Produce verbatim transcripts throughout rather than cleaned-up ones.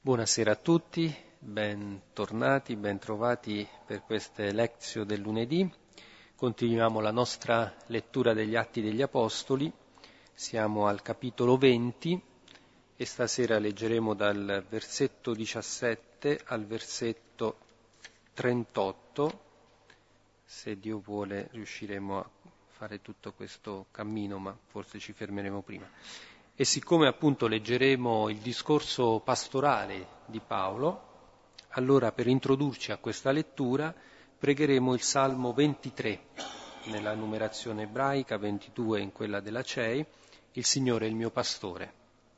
Buonasera a tutti, bentornati, bentrovati per queste lezioni del lunedì. Continuiamo la nostra lettura degli Atti degli Apostoli, siamo al capitolo venti e stasera leggeremo dal versetto diciassette al versetto trentotto. Se Dio vuole riusciremo a fare tutto questo cammino, ma forse ci fermeremo prima. E siccome appunto leggeremo il discorso pastorale di Paolo, allora per introdurci a questa lettura pregheremo il Salmo ventitré, nella numerazione ebraica, ventidue in quella della C E I, il Signore è il mio pastore.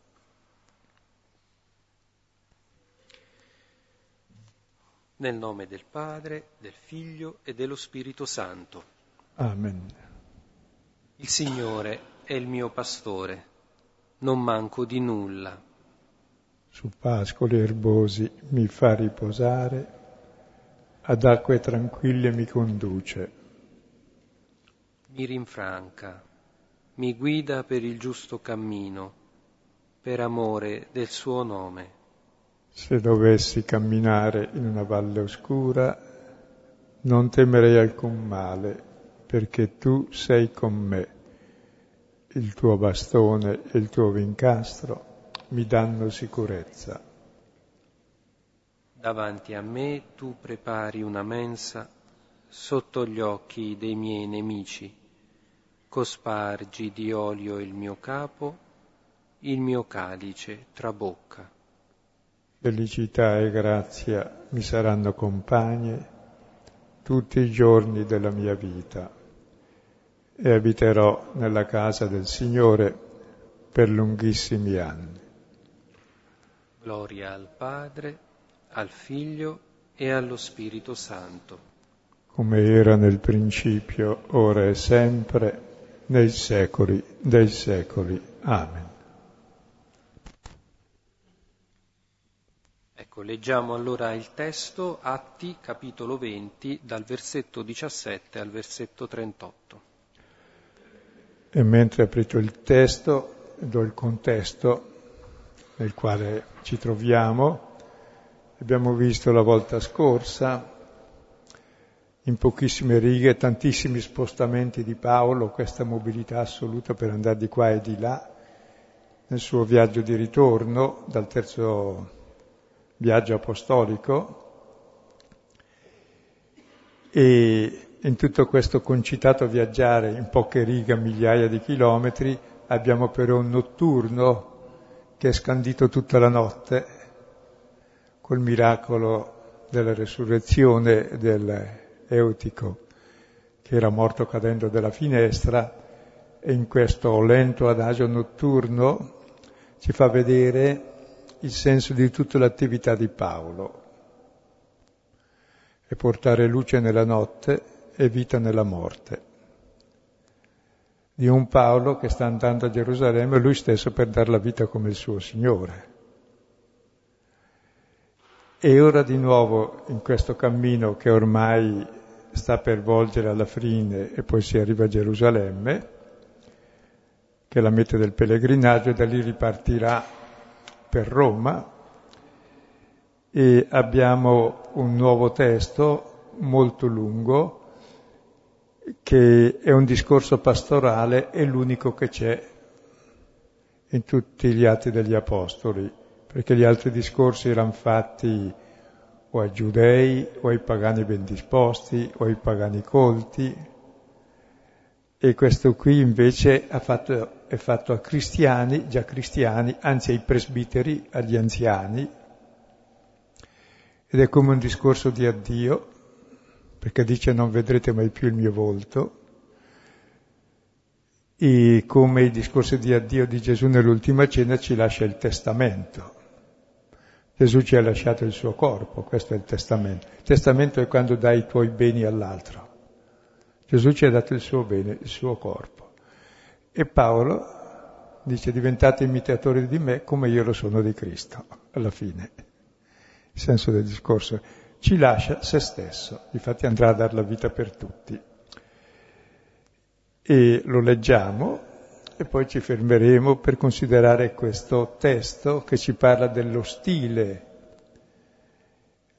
Nel nome del Padre, del Figlio e dello Spirito Santo. Amen. Il Signore è il mio pastore. Non manco di nulla. Su pascoli erbosi mi fa riposare, ad acque tranquille mi conduce. Mi rinfranca, mi guida per il giusto cammino, per amore del suo nome. Se dovessi camminare in una valle oscura, non temerei alcun male, perché tu sei con me. Il tuo bastone e il tuo vincastro mi danno sicurezza. Davanti a me tu prepari una mensa sotto gli occhi dei miei nemici. Cospargi di olio il mio capo, il mio calice trabocca. Felicità e grazia mi saranno compagne tutti i giorni della mia vita. E abiterò nella casa del Signore per lunghissimi anni. Gloria al Padre, al Figlio e allo Spirito Santo. Come era nel principio, ora e sempre, nei secoli dei secoli. Amen. Ecco, leggiamo allora il testo, Atti, capitolo venti, dal versetto diciassette al versetto trentotto. E mentre aprito il testo, do il contesto nel quale ci troviamo. Abbiamo visto la volta scorsa, in pochissime righe, tantissimi spostamenti di Paolo, questa mobilità assoluta per andare di qua e di là, nel suo viaggio di ritorno dal terzo viaggio apostolico. E in tutto questo concitato viaggiare in poche righe a migliaia di chilometri abbiamo però un notturno che è scandito tutta la notte col miracolo della resurrezione dell'Eutico che era morto cadendo dalla finestra, e in questo lento adagio notturno ci fa vedere il senso di tutta l'attività di Paolo, e portare luce nella notte e vita nella morte, di un Paolo che sta andando a Gerusalemme lui stesso per dar la vita come il suo Signore. E ora di nuovo in questo cammino che ormai sta per volgere alla fine e poi si arriva a Gerusalemme, che è la meta del pellegrinaggio, e da lì ripartirà per Roma, e abbiamo un nuovo testo molto lungo che è un discorso pastorale, è l'unico che c'è in tutti gli Atti degli Apostoli, perché gli altri discorsi erano fatti o ai giudei o ai pagani ben disposti o ai pagani colti, e questo qui invece ha fatto, è fatto a cristiani, già cristiani, anzi ai presbiteri, agli anziani, ed è come un discorso di addio, perché dice non vedrete mai più il mio volto, e come il discorso di addio di Gesù nell'ultima cena ci lascia il testamento. Gesù ci ha lasciato il suo corpo, questo è il testamento. Il testamento è quando dai i tuoi beni all'altro. Gesù ci ha dato il suo bene, il suo corpo. E Paolo dice diventate imitatori di me come io lo sono di Cristo, alla fine. Il senso del discorso ci lascia se stesso, difatti andrà a dar la vita per tutti. E lo leggiamo e poi ci fermeremo per considerare questo testo che ci parla dello stile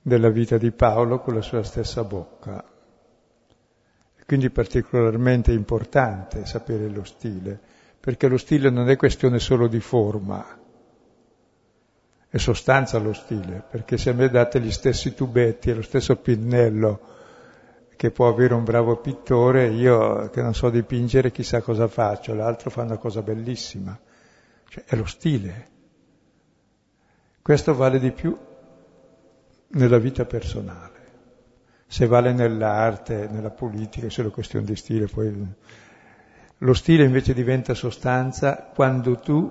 della vita di Paolo con la sua stessa bocca. Quindi particolarmente importante sapere lo stile, perché lo stile non è questione solo di forma, è sostanza lo stile, perché se a me date gli stessi tubetti e lo stesso pennello che può avere un bravo pittore, io che non so dipingere chissà cosa faccio, l'altro fa una cosa bellissima, cioè è lo stile. Questo vale di più nella vita personale. Se vale nell'arte, nella politica, è solo questione di stile, poi lo stile invece diventa sostanza quando tu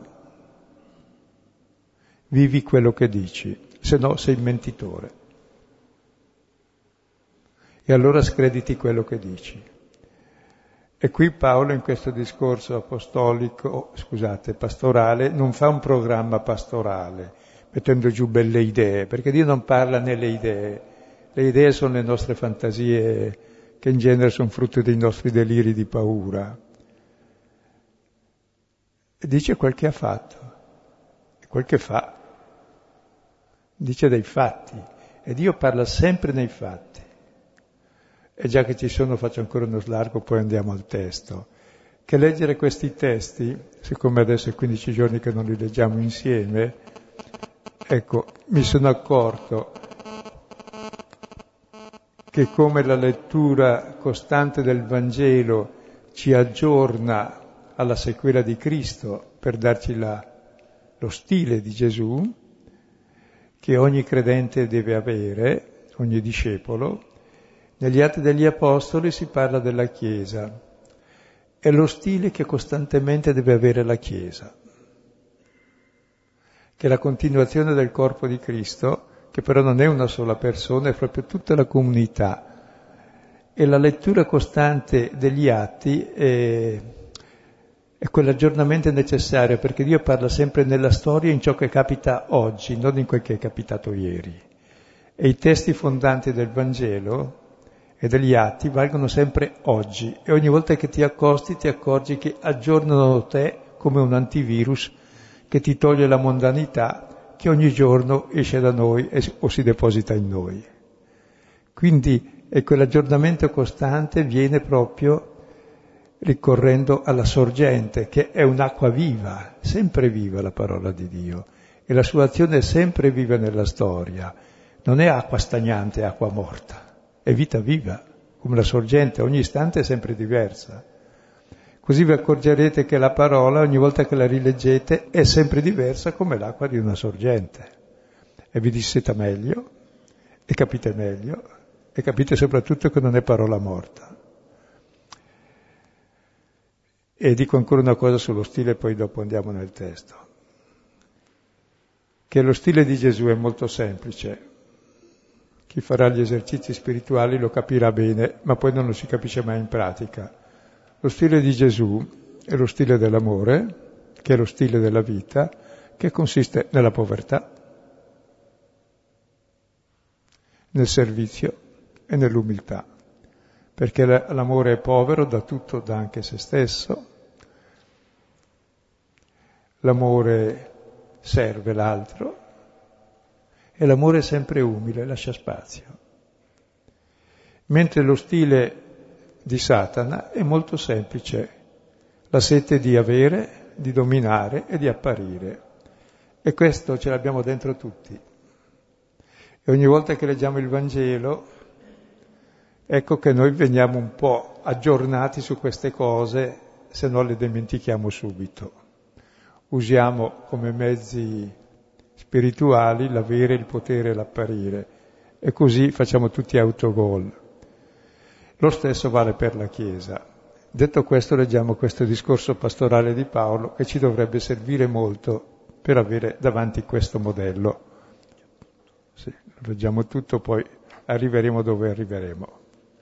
vivi quello che dici, se no sei mentitore. E allora screditi quello che dici. E qui Paolo in questo discorso apostolico, scusate, pastorale, non fa un programma pastorale, mettendo giù belle idee, perché Dio non parla nelle idee. Le idee sono le nostre fantasie, che in genere sono frutto dei nostri deliri di paura. E dice quel che ha fatto, e quel che fa. Dice dei fatti, e Dio parla sempre nei fatti. E già che ci sono faccio ancora uno slargo, poi andiamo al testo. Che leggere questi testi, siccome adesso è quindici giorni che non li leggiamo insieme, ecco, mi sono accorto che come la lettura costante del Vangelo ci aggiorna alla sequela di Cristo per darci la, lo stile di Gesù, che ogni credente deve avere, ogni discepolo. Negli Atti degli Apostoli si parla della Chiesa, è lo stile che costantemente deve avere la Chiesa, che è la continuazione del corpo di Cristo, che però non è una sola persona, è proprio tutta la comunità. E la lettura costante degli Atti è, è quell'aggiornamento necessario, perché Dio parla sempre nella storia in ciò che capita oggi, non in quel che è capitato ieri. E i testi fondanti del Vangelo e degli Atti valgono sempre oggi, e ogni volta che ti accosti ti accorgi che aggiornano te come un antivirus che ti toglie la mondanità che ogni giorno esce da noi o si deposita in noi. Quindi e quell'aggiornamento costante viene proprio ricorrendo alla sorgente, che è un'acqua viva, sempre viva la parola di Dio, e la sua azione è sempre viva nella storia, non è acqua stagnante, è acqua morta. È vita viva, come la sorgente, ogni istante è sempre diversa. Così vi accorgerete che la parola, ogni volta che la rileggete, è sempre diversa come l'acqua di una sorgente. E vi disseta meglio, e capite meglio, e capite soprattutto che non è parola morta. E dico ancora una cosa sullo stile, poi dopo andiamo nel testo. Che lo stile di Gesù è molto semplice. Chi farà gli esercizi spirituali lo capirà bene, ma poi non lo si capisce mai in pratica. Lo stile di Gesù è lo stile dell'amore, che è lo stile della vita, che consiste nella povertà, nel servizio e nell'umiltà. Perché l'amore è povero, dà tutto, dà anche se stesso. L'amore serve l'altro. E l'amore è sempre umile, lascia spazio. Mentre lo stile di Satana è molto semplice, la sete di avere, di dominare e di apparire. E questo ce l'abbiamo dentro tutti. E ogni volta che leggiamo il Vangelo, ecco che noi veniamo un po' aggiornati su queste cose, se no le dimentichiamo subito. Usiamo come mezzi spirituali l'avere, il potere e l'apparire, e così facciamo tutti autogol. Lo stesso vale per la Chiesa. Detto questo, leggiamo questo discorso pastorale di Paolo che ci dovrebbe servire molto per avere davanti questo modello. Sì, leggiamo tutto, poi arriveremo dove arriveremo.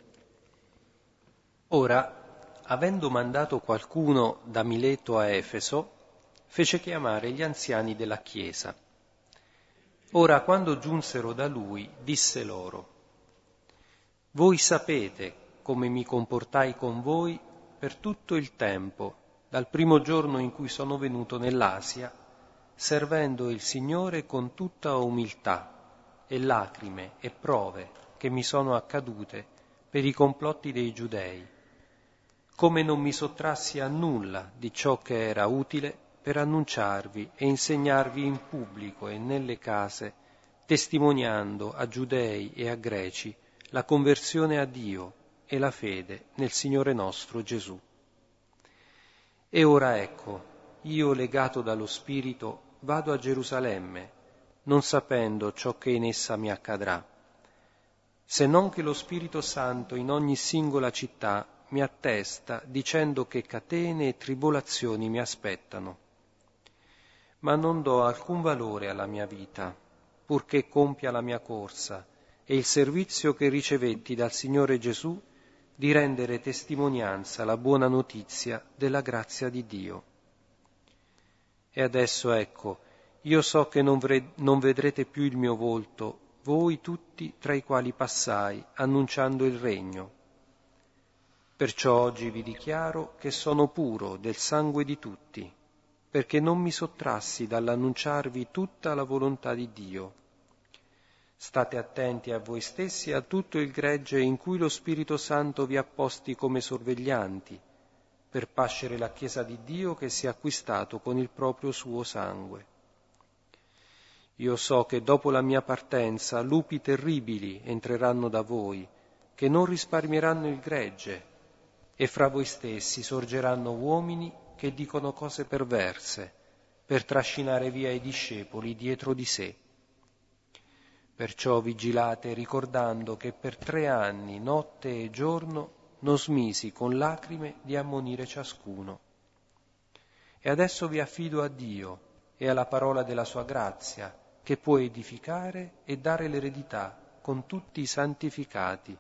Ora, avendo mandato qualcuno da Mileto a Efeso, fece chiamare gli anziani della Chiesa. Ora, quando giunsero da lui, disse loro: voi sapete come mi comportai con voi per tutto il tempo, dal primo giorno in cui sono venuto nell'Asia, servendo il Signore con tutta umiltà e lacrime e prove che mi sono accadute per i complotti dei giudei, come non mi sottrassi a nulla di ciò che era utile per annunciarvi e insegnarvi in pubblico e nelle case, testimoniando a giudei e a greci la conversione a Dio e la fede nel Signore nostro Gesù. E ora ecco, io legato dallo Spirito vado a Gerusalemme, non sapendo ciò che in essa mi accadrà, se non che lo Spirito Santo in ogni singola città mi attesta dicendo che catene e tribolazioni mi aspettano. Ma non do alcun valore alla mia vita, purché compia la mia corsa e il servizio che ricevetti dal Signore Gesù di rendere testimonianza alla buona notizia della grazia di Dio. E adesso ecco, io so che non, vre- non vedrete più il mio volto, voi tutti tra i quali passai, annunciando il regno. Perciò oggi vi dichiaro che sono puro del sangue di tutti, perché non mi sottrassi dall'annunciarvi tutta la volontà di Dio. State attenti a voi stessi e a tutto il gregge in cui lo Spirito Santo vi ha posti come sorveglianti, per pascere la Chiesa di Dio che si è acquistato con il proprio suo sangue. Io so che dopo la mia partenza lupi terribili entreranno da voi, che non risparmieranno il gregge, e fra voi stessi sorgeranno uomini che dicono cose perverse, per trascinare via i discepoli dietro di sé. Perciò vigilate ricordando che per tre anni, notte e giorno, non smisi con lacrime di ammonire ciascuno. E adesso vi affido a Dio e alla parola della sua grazia, che può edificare e dare l'eredità con tutti i santificati.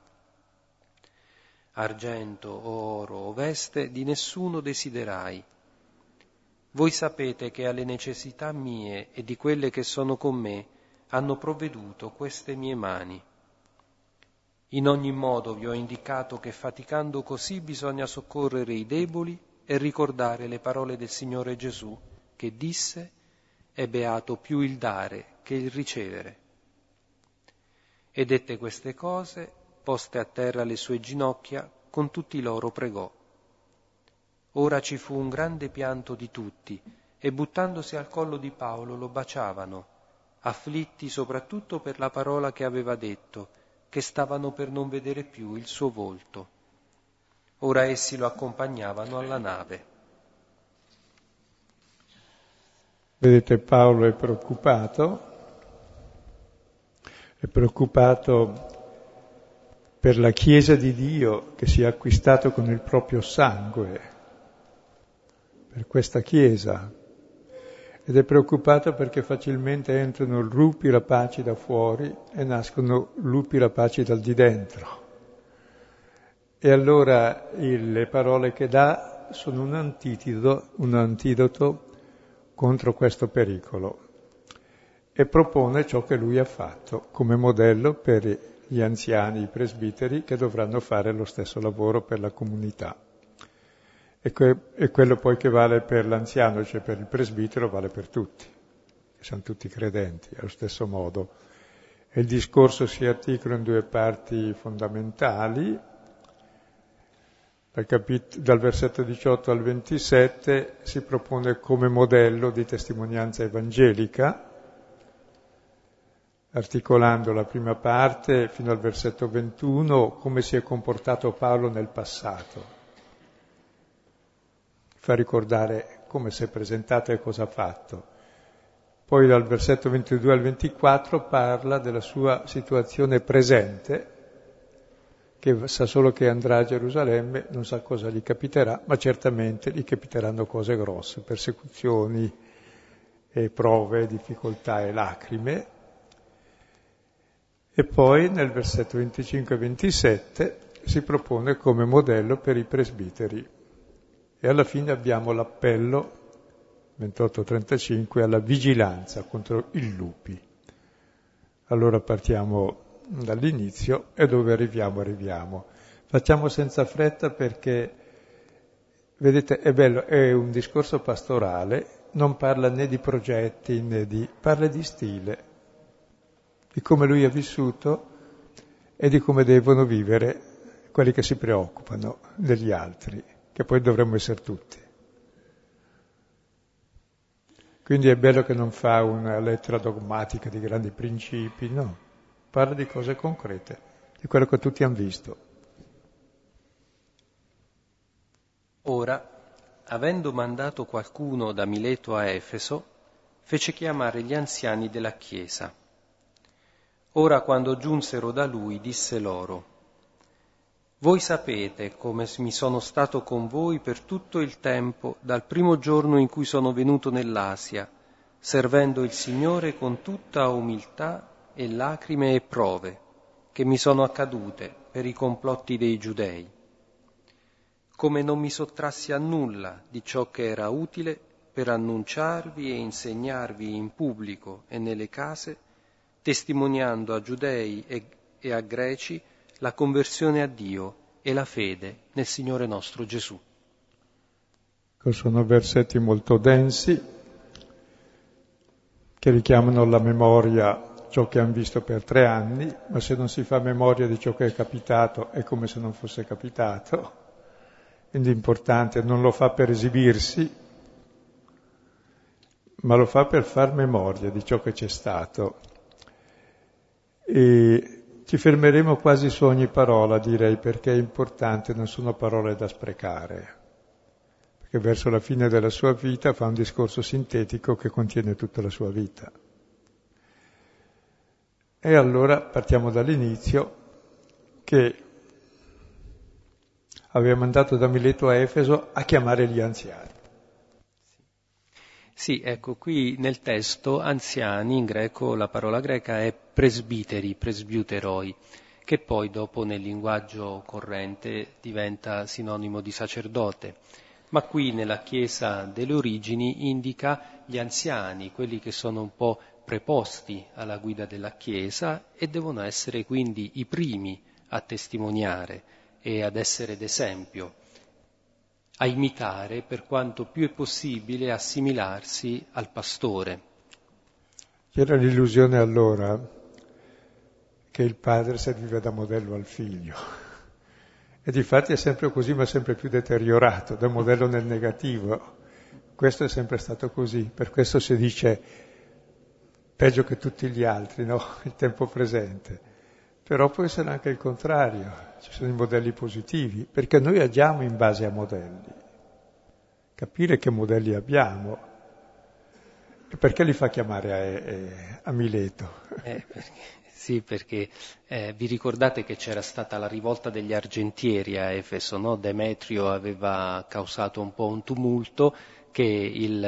Argento o oro o veste di nessuno desiderai. Voi sapete che alle necessità mie e di quelle che sono con me hanno provveduto queste mie mani. In ogni modo vi ho indicato che faticando così bisogna soccorrere i deboli e ricordare le parole del Signore Gesù, che disse: è beato più il dare che il ricevere. E dette queste cose, poste a terra le sue ginocchia, con tutti loro pregò. Ora ci fu un grande pianto di tutti, e buttandosi al collo di Paolo lo baciavano, afflitti soprattutto per la parola che aveva detto, che stavano per non vedere più il suo volto. Ora essi lo accompagnavano alla nave. Vedete, Paolo è preoccupato, è preoccupato per la Chiesa di Dio che si è acquistato con il proprio sangue, per questa Chiesa, ed è preoccupato perché facilmente entrano lupi rapaci da fuori e nascono lupi rapaci dal di dentro. E allora il, le parole che dà sono un antidoto, un antidoto contro questo pericolo, e propone ciò che lui ha fatto come modello per gli anziani, i presbiteri, che dovranno fare lo stesso lavoro per la comunità. E, que- e quello poi che vale per l'anziano, cioè per il presbitero, vale per tutti, che sono tutti credenti, allo stesso modo. E il discorso si articola in due parti fondamentali. Dal, capit- dal versetto diciotto al ventisette si propone come modello di testimonianza evangelica, articolando la prima parte fino al versetto ventuno, come si è comportato Paolo nel passato. Fa ricordare come si è presentato e cosa ha fatto. Poi dal versetto ventidue al ventiquattro parla della sua situazione presente, che sa solo che andrà a Gerusalemme, non sa cosa gli capiterà, ma certamente gli capiteranno cose grosse, persecuzioni, e prove, difficoltà e lacrime. E poi nel versetto venticinque e ventisette si propone come modello per i presbiteri. E alla fine abbiamo l'appello, ventotto trentacinque, alla vigilanza contro i lupi. Allora partiamo dall'inizio e dove arriviamo, arriviamo. Facciamo senza fretta perché, vedete, è bello, è un discorso pastorale, non parla né di progetti né di... parla di stile. di come lui ha vissuto e di come devono vivere quelli che si preoccupano degli altri, che poi dovremmo essere tutti. Quindi è bello che non fa una lettera dogmatica di grandi principi, no, parla di cose concrete, di quello che tutti hanno visto. Ora, avendo mandato qualcuno da Mileto a Efeso, fece chiamare gli anziani della Chiesa. Ora, quando giunsero da lui, disse loro: «Voi sapete come mi sono stato con voi per tutto il tempo, dal primo giorno in cui sono venuto nell'Asia, servendo il Signore con tutta umiltà e lacrime e prove, che mi sono accadute per i complotti dei Giudei. Come non mi sottrassi a nulla di ciò che era utile per annunciarvi e insegnarvi in pubblico e nelle case, testimoniando a Giudei e, e a Greci la conversione a Dio e la fede nel Signore nostro Gesù». Sono versetti molto densi che richiamano alla memoria ciò che hanno visto per tre anni, ma se non si fa memoria di ciò che è capitato è come se non fosse capitato. Quindi è importante, non lo fa per esibirsi, ma lo fa per far memoria di ciò che c'è stato. E ci fermeremo quasi su ogni parola, direi, perché è importante, non sono parole da sprecare, perché verso la fine della sua vita fa un discorso sintetico che contiene tutta la sua vita. E allora partiamo dall'inizio, che aveva mandato da Mileto a Efeso a chiamare gli anziani. Sì, ecco, qui nel testo anziani, in greco la parola greca è presbiteri, presbiuteroi, che poi dopo nel linguaggio corrente diventa sinonimo di sacerdote. Ma qui nella Chiesa delle origini indica gli anziani, quelli che sono un po' preposti alla guida della Chiesa e devono essere quindi i primi a testimoniare e ad essere d'esempio, a imitare per quanto più è possibile, assimilarsi al pastore. C'era l'illusione allora che il padre serviva da modello al figlio e difatti è sempre così, ma sempre più deteriorato, da modello nel negativo. Questo è sempre stato così, per questo si dice peggio che tutti gli altri, no? Il tempo presente. Però può essere anche il contrario, ci sono i modelli positivi, perché noi agiamo in base a modelli. Capire che modelli abbiamo e perché li fa chiamare a, a Mileto. Eh, perché, sì, perché eh, vi ricordate che c'era stata la rivolta degli argentieri a Efeso, no? Demetrio aveva causato un po' un tumulto che il,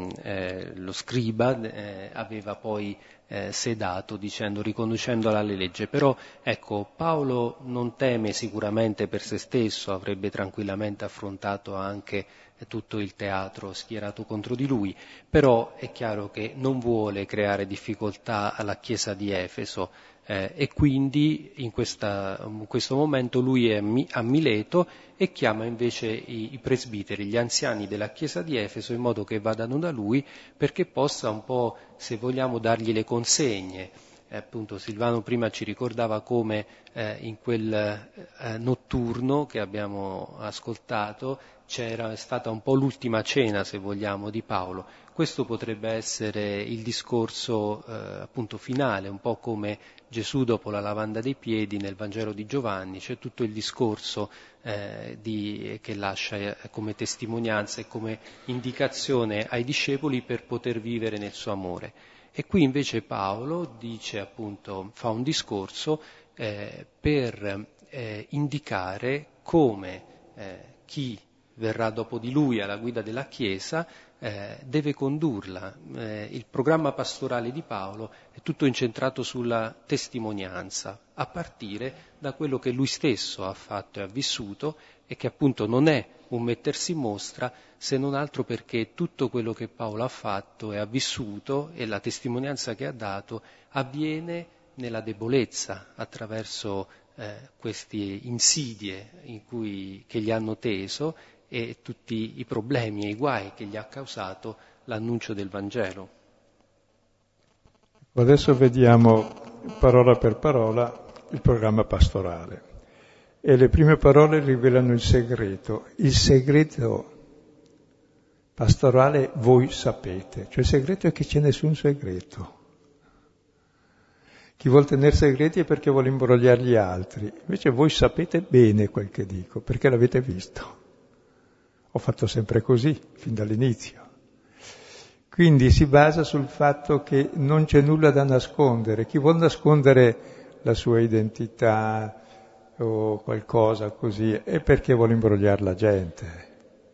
eh, lo scriba eh, aveva poi eh, sedato dicendo, riconducendola alle leggi. Però ecco, Paolo non teme sicuramente per se stesso, avrebbe tranquillamente affrontato anche tutto il teatro schierato contro di lui, però è chiaro che non vuole creare difficoltà alla Chiesa di Efeso eh, e quindi in, questa, in questo momento lui è a Mileto e chiama invece i, i presbiteri, gli anziani della Chiesa di Efeso, in modo che vadano da lui perché possa un po', se vogliamo, dargli le consegne. Eh, appunto Silvano prima ci ricordava come eh, in quel eh, notturno che abbiamo ascoltato c'era stata un po' l'ultima cena, se vogliamo, di Paolo. Questo potrebbe essere il discorso eh, appunto finale, un po' come Gesù dopo la lavanda dei piedi nel Vangelo di Giovanni, c'è tutto il discorso eh, di, che lascia eh, come testimonianza e come indicazione ai discepoli per poter vivere nel suo amore. E qui invece Paolo dice appunto, fa un discorso eh, per eh, indicare come eh, chi verrà dopo di lui alla guida della Chiesa eh, deve condurla. Eh, il programma pastorale di Paolo è tutto incentrato sulla testimonianza, a partire da quello che lui stesso ha fatto e ha vissuto e che appunto non è un mettersi in mostra, se non altro perché tutto quello che Paolo ha fatto e ha vissuto e la testimonianza che ha dato avviene nella debolezza, attraverso eh, queste insidie in cui, che gli hanno teso e tutti i problemi e i guai che gli ha causato l'annuncio del Vangelo. Adesso vediamo parola per parola il programma pastorale. E le prime parole rivelano il segreto. Il segreto pastorale voi sapete, cioè il segreto è che c'è nessun segreto. Chi vuol tenere segreti è perché vuole imbrogliare gli altri. Invece voi sapete bene quel che dico, perché l'avete visto. Ho fatto sempre così, fin dall'inizio. Quindi si basa sul fatto che non c'è nulla da nascondere. Chi vuol nascondere la sua identità o qualcosa così è perché vuole imbrogliare la gente.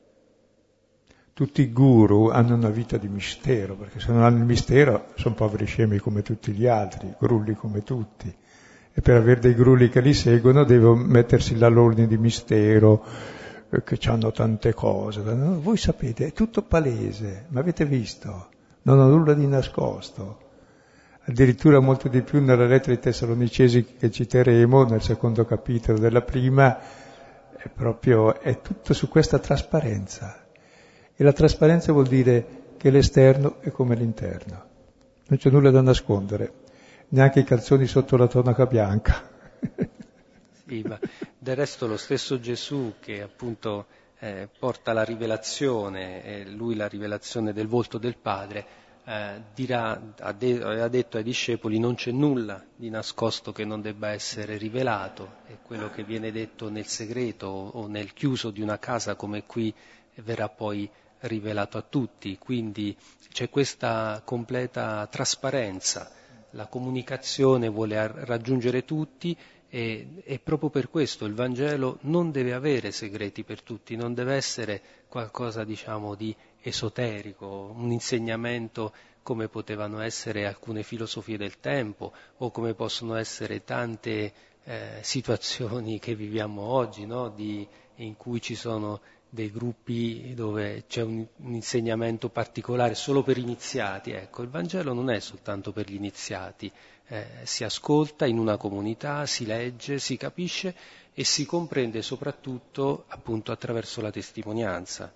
Tutti i guru hanno una vita di mistero, perché se non hanno il mistero sono poveri scemi come tutti gli altri, grulli come tutti. E per avere dei grulli che li seguono devono mettersi l'all'ordine di mistero, eh, che hanno tante cose. No, voi sapete, è tutto palese, ma avete visto? Non ho nulla di nascosto. Addirittura molto di più nella lettera ai Tessalonicesi che citeremo, nel secondo capitolo della prima, è proprio, è tutto su questa trasparenza. E la trasparenza vuol dire che l'esterno è come l'interno. Non c'è nulla da nascondere, neanche i calzoni sotto la tonaca bianca. Sì, ma del resto lo stesso Gesù che appunto eh, porta la rivelazione, e lui la rivelazione del volto del Padre, eh, dirà, ha, de- ha detto ai discepoli: non c'è nulla di nascosto che non debba essere rivelato, e quello che viene detto nel segreto o nel chiuso di una casa come qui verrà poi rivelato a tutti. Quindi c'è questa completa trasparenza, la comunicazione vuole ar- raggiungere tutti, e, e proprio per questo il Vangelo non deve avere segreti per tutti, non deve essere qualcosa, diciamo, di esoterico, un insegnamento come potevano essere alcune filosofie del tempo o come possono essere tante eh, situazioni che viviamo oggi, no? Di, in cui ci sono dei gruppi dove c'è un, un insegnamento particolare solo per iniziati. Ecco, il Vangelo non è soltanto per gli iniziati, eh, si ascolta in una comunità, si legge, si capisce e si comprende soprattutto appunto attraverso la testimonianza.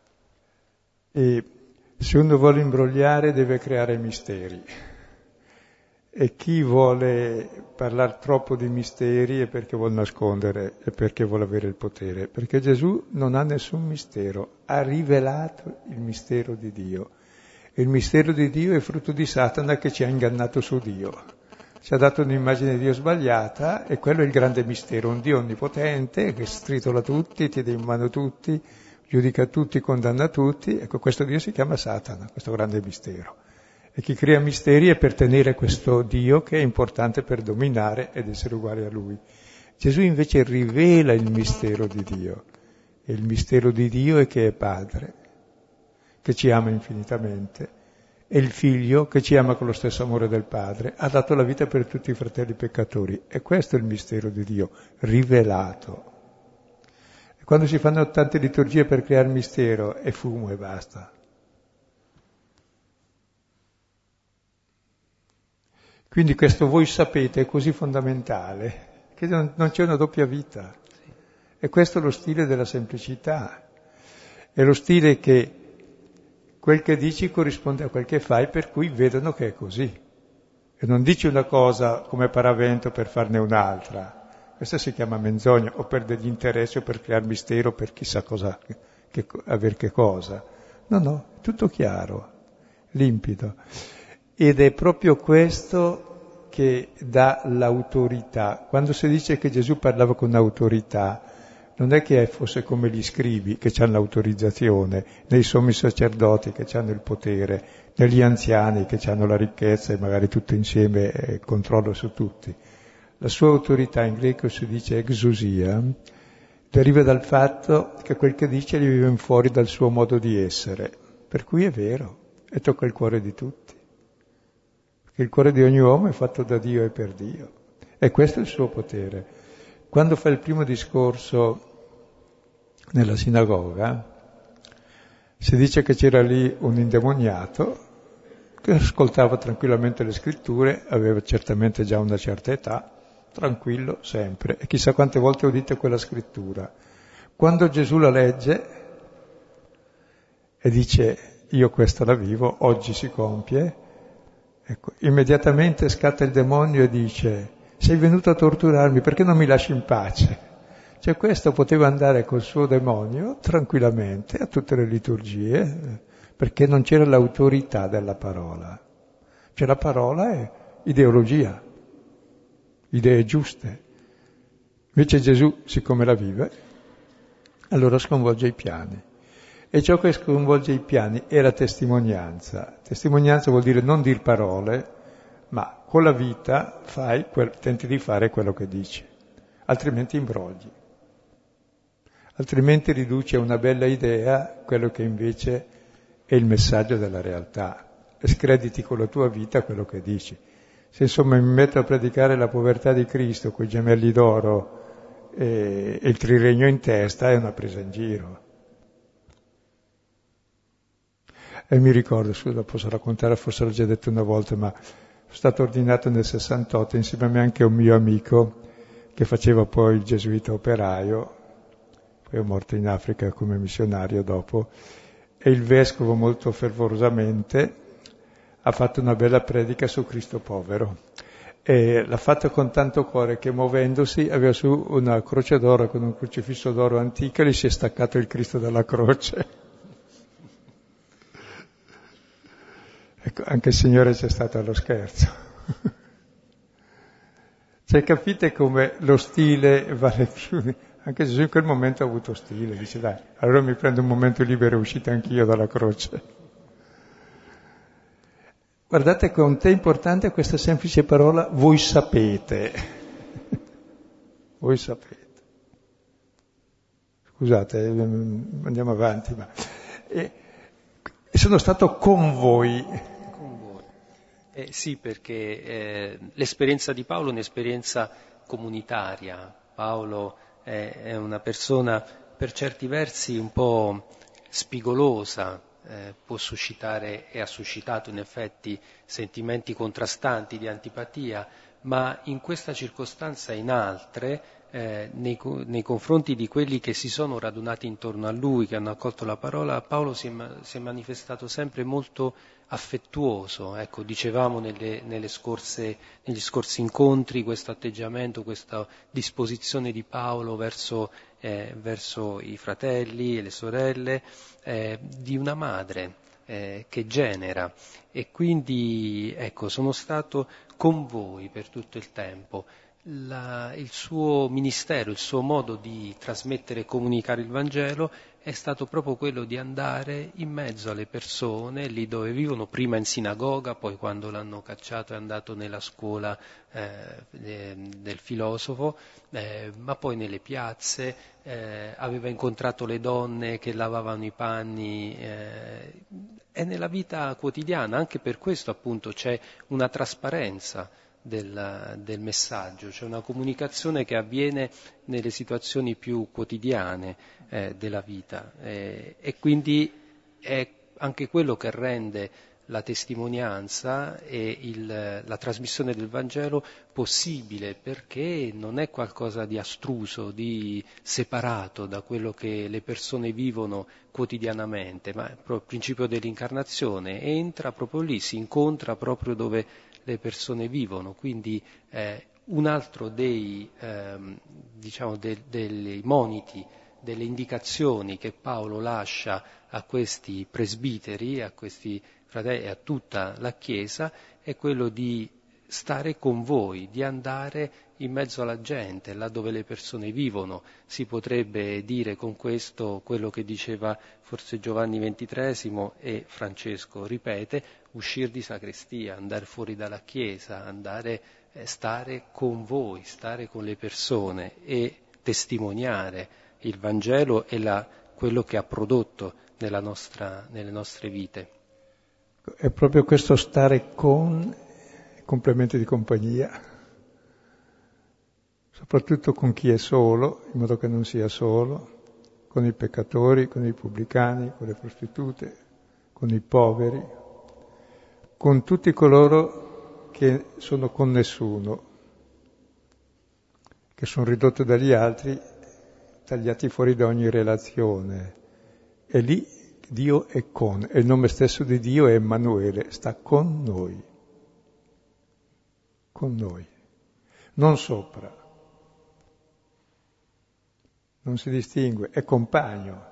E se uno vuole imbrogliare deve creare misteri. E chi vuole parlare troppo di misteri è perché vuole nascondere, è perché vuole avere il potere. Perché Gesù non ha nessun mistero, ha rivelato il mistero di Dio. E il mistero di Dio è frutto di Satana che ci ha ingannato su Dio. Ci ha dato un'immagine di Dio sbagliata e quello è il grande mistero. Un Dio onnipotente che stritola tutti, tiene in mano tutti, giudica tutti, condanna tutti. Ecco, questo Dio si chiama Satana, questo grande mistero. E chi crea misteri è per tenere questo Dio che è importante per dominare ed essere uguale a Lui. Gesù invece rivela il mistero di Dio. E il mistero di Dio è che è Padre, che ci ama infinitamente, e il Figlio che ci ama con lo stesso amore del Padre, ha dato la vita per tutti i fratelli peccatori. E questo è il mistero di Dio, rivelato. E quando si fanno tante liturgie per creare mistero, è fumo e basta. Quindi questo voi sapete è così fondamentale, che non, non c'è una doppia vita. E questo è lo stile della semplicità. È lo stile che quel che dici corrisponde a quel che fai, per cui vedono che è così. E non dici una cosa come paravento per farne un'altra. Questa si chiama menzogna, o per degli interessi, o per creare mistero, per chissà cosa, che, aver che cosa. No, no, è tutto chiaro, limpido. Ed è proprio questo che dà l'autorità. Quando si dice che Gesù parlava con autorità, non è che fosse come gli scribi che hanno l'autorizzazione, nei sommi sacerdoti che hanno il potere, negli anziani che hanno la ricchezza e magari tutto insieme eh, controllo su tutti. La sua autorità, in greco si dice exousia, deriva dal fatto che quel che dice gli viene fuori dal suo modo di essere, per cui è vero e tocca il cuore di tutti. Perché il cuore di ogni uomo è fatto da Dio e per Dio. E questo è il suo potere. Quando fa il primo discorso nella sinagoga, si dice che c'era lì un indemoniato che ascoltava tranquillamente le scritture, aveva certamente già una certa età, tranquillo sempre, e chissà quante volte ho udito quella scrittura. Quando Gesù la legge e dice io questa la vivo, oggi si compie, Ecco, immediatamente scatta il demonio e dice: sei venuto a torturarmi, perché non mi lasci in pace? Cioè questo poteva andare col suo demonio tranquillamente a tutte le liturgie, perché non c'era l'autorità della parola. Cioè la parola è ideologia, idee giuste. Invece Gesù, siccome la vive, allora sconvolge i piani. E ciò che sconvolge i piani è la testimonianza. Testimonianza vuol dire non dir parole, ma con la vita fai quel, tenti di fare quello che dici, altrimenti imbrogli. Altrimenti riduci a una bella idea quello che invece è il messaggio della realtà e screditi con la tua vita quello che dici. Se insomma mi metto a predicare la povertà di Cristo con i gemelli d'oro e, e il triregno in testa, è una presa in giro. E mi ricordo, scusa, posso raccontare, forse l'ho già detto una volta, ma sono stato ordinato nel sessantotto insieme a me anche un mio amico che faceva poi il gesuita operaio, poi è morto in Africa come missionario dopo, e il vescovo molto fervorosamente ha fatto una bella predica su Cristo povero. E l'ha fatto con tanto cuore che muovendosi aveva su una croce d'oro con un crocifisso d'oro antico e gli si è staccato il Cristo dalla croce. Ecco, anche il Signore c'è stato allo scherzo. Cioè capite come lo stile vale più. Anche Gesù in quel momento ha avuto stile, dice dai, allora mi prendo un momento libero e uscite anch'io dalla croce. Guardate quanto è importante questa semplice parola, voi sapete. Voi sapete. Scusate, andiamo avanti, ma... E, e sono stato con voi. Con voi. Eh, sì, perché eh, l'esperienza di Paolo è un'esperienza comunitaria. Paolo è, è una persona per certi versi un po' spigolosa, eh, può suscitare e ha suscitato in effetti sentimenti contrastanti di antipatia, ma in questa circostanza e in altre, eh, nei, nei confronti di quelli che si sono radunati intorno a lui, che hanno accolto la parola, Paolo si è, si è manifestato sempre molto affettuoso. Ecco, dicevamo nelle, nelle scorse, negli scorsi incontri questo atteggiamento, questa disposizione di Paolo verso, eh, verso i fratelli e le sorelle, eh, di una madre eh, che genera. E quindi, ecco, sono stato con voi per tutto il tempo. La, il suo ministero, il suo modo di trasmettere e comunicare il Vangelo è stato proprio quello di andare in mezzo alle persone, lì dove vivono, prima in sinagoga, poi quando l'hanno cacciato è andato nella scuola eh, del filosofo, eh, ma poi nelle piazze, eh, aveva incontrato le donne che lavavano i panni, eh, e nella vita quotidiana. Anche per questo appunto c'è una trasparenza Del, del messaggio, c'è una comunicazione che avviene nelle situazioni più quotidiane eh, della vita eh, e quindi è anche quello che rende la testimonianza e il, la trasmissione del Vangelo possibile, perché non è qualcosa di astruso, di separato da quello che le persone vivono quotidianamente, ma il principio dell'incarnazione entra proprio lì, si incontra proprio dove le persone vivono, quindi eh, un altro dei, ehm, diciamo, de, dei moniti, delle indicazioni che Paolo lascia a questi presbiteri, a questi fratelli e a tutta la Chiesa, è quello di stare con voi, di andare in mezzo alla gente, là dove le persone vivono. Si potrebbe dire con questo quello che diceva forse Giovanni ventitreesimo e Francesco ripete, uscire di sacrestia, andare fuori dalla Chiesa, andare eh, stare con voi, stare con le persone e testimoniare il Vangelo e la, quello che ha prodotto nella nostra, nelle nostre vite. È proprio questo stare con, complementi di compagnia, soprattutto con chi è solo, in modo che non sia solo, con i peccatori, con i pubblicani, con le prostitute, con i poveri, con tutti coloro che sono con nessuno, che sono ridotti dagli altri, tagliati fuori da ogni relazione. E lì Dio è con, e il nome stesso di Dio è Emanuele, sta con noi. con noi, non sopra. Non si distingue, è compagno.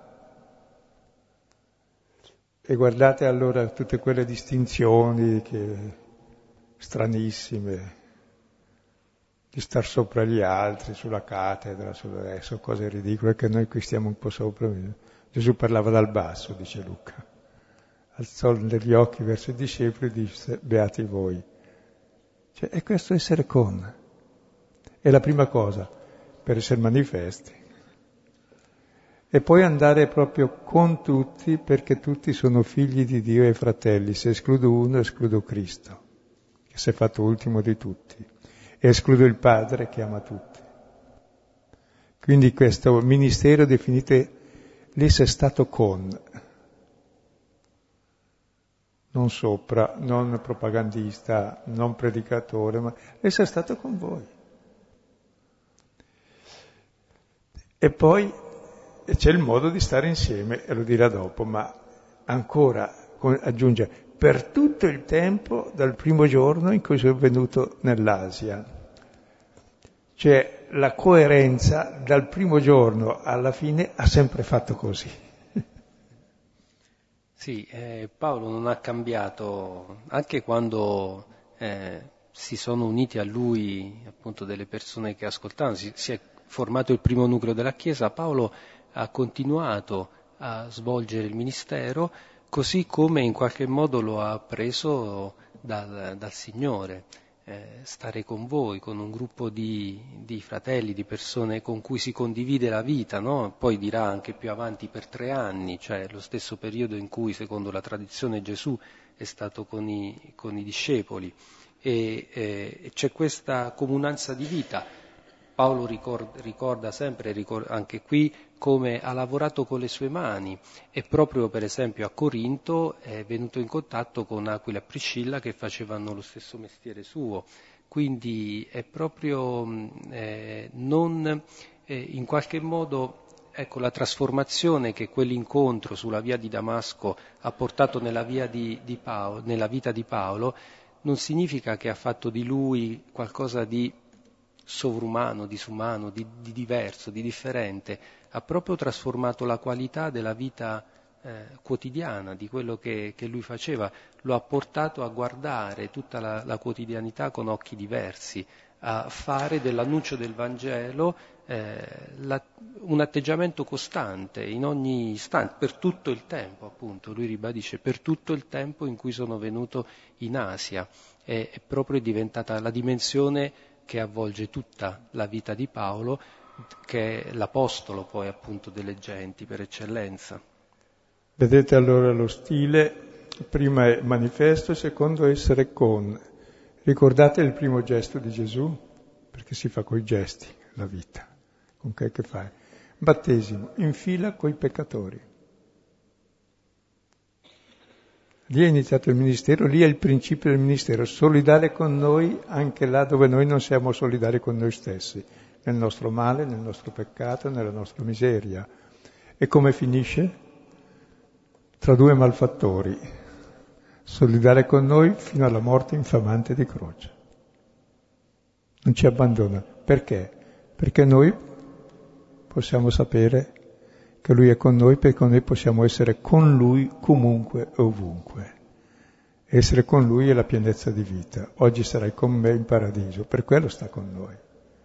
E guardate allora tutte quelle distinzioni che, stranissime, di star sopra gli altri, sulla cattedra, sulle, sono cose ridicole che noi qui stiamo un po' sopra. Gesù parlava dal basso, dice Luca. Alzò gli occhi verso i discepoli e disse: beati voi. Cioè, è questo essere con. È la prima cosa, per essere manifesti. E poi andare proprio con tutti, perché tutti sono figli di Dio e fratelli. Se escludo uno, escludo Cristo, che si è fatto ultimo di tutti. E escludo il Padre che ama tutti. Quindi questo ministero definite l'essere stato con, non sopra, non propagandista, non predicatore, ma essere stato con voi. E poi c'è il modo di stare insieme, e lo dirà dopo, ma ancora aggiunge, per tutto il tempo dal primo giorno in cui sono venuto nell'Asia. Cioè la coerenza dal primo giorno alla fine ha sempre fatto così. Sì, eh, Paolo non ha cambiato, anche quando eh, si sono uniti a lui appunto delle persone che ascoltavano, si, si è formato il primo nucleo della Chiesa, Paolo ha continuato a svolgere il ministero così come in qualche modo lo ha preso dal, dal Signore. Eh, stare con voi, con un gruppo di, di fratelli, di persone con cui si condivide la vita, no? Poi dirà anche più avanti per tre anni, cioè lo stesso periodo in cui, secondo la tradizione, Gesù è stato con i, con i discepoli. E eh, c'è questa comunanza di vita. Paolo ricorda, ricorda sempre, ricorda anche qui, come ha lavorato con le sue mani e proprio per esempio a Corinto è venuto in contatto con Aquila e Priscilla che facevano lo stesso mestiere suo. Quindi è proprio eh, non eh, in qualche modo ecco la trasformazione che quell'incontro sulla via di Damasco ha portato nella, via di, di Paolo, nella vita di Paolo non significa che ha fatto di lui qualcosa di sovrumano, disumano, di, di diverso, di differente, ha proprio trasformato la qualità della vita eh, quotidiana, di quello che, che lui faceva, lo ha portato a guardare tutta la, la quotidianità con occhi diversi, a fare dell'annuncio del Vangelo eh, la, un atteggiamento costante in ogni istante, per tutto il tempo appunto, lui ribadisce, per tutto il tempo in cui sono venuto in Asia, è, è proprio diventata la dimensione che avvolge tutta la vita di Paolo, che è l'apostolo poi appunto delle genti per eccellenza. Vedete allora lo stile, prima è manifesto, secondo essere con. Ricordate il primo gesto di Gesù? Perché si fa coi gesti la vita. Con che che fai? Battesimo, in fila coi peccatori. Lì è iniziato il ministero, lì è il principio del ministero, solidale con noi anche là dove noi non siamo solidari con noi stessi, nel nostro male, nel nostro peccato, nella nostra miseria. E come finisce? Tra due malfattori, solidale con noi fino alla morte infamante di croce. Non ci abbandona. Perché? Perché noi possiamo sapere che Lui è con noi, perché noi possiamo essere con Lui comunque e ovunque. Essere con Lui è la pienezza di vita. Oggi sarai con me in paradiso, per quello sta con noi.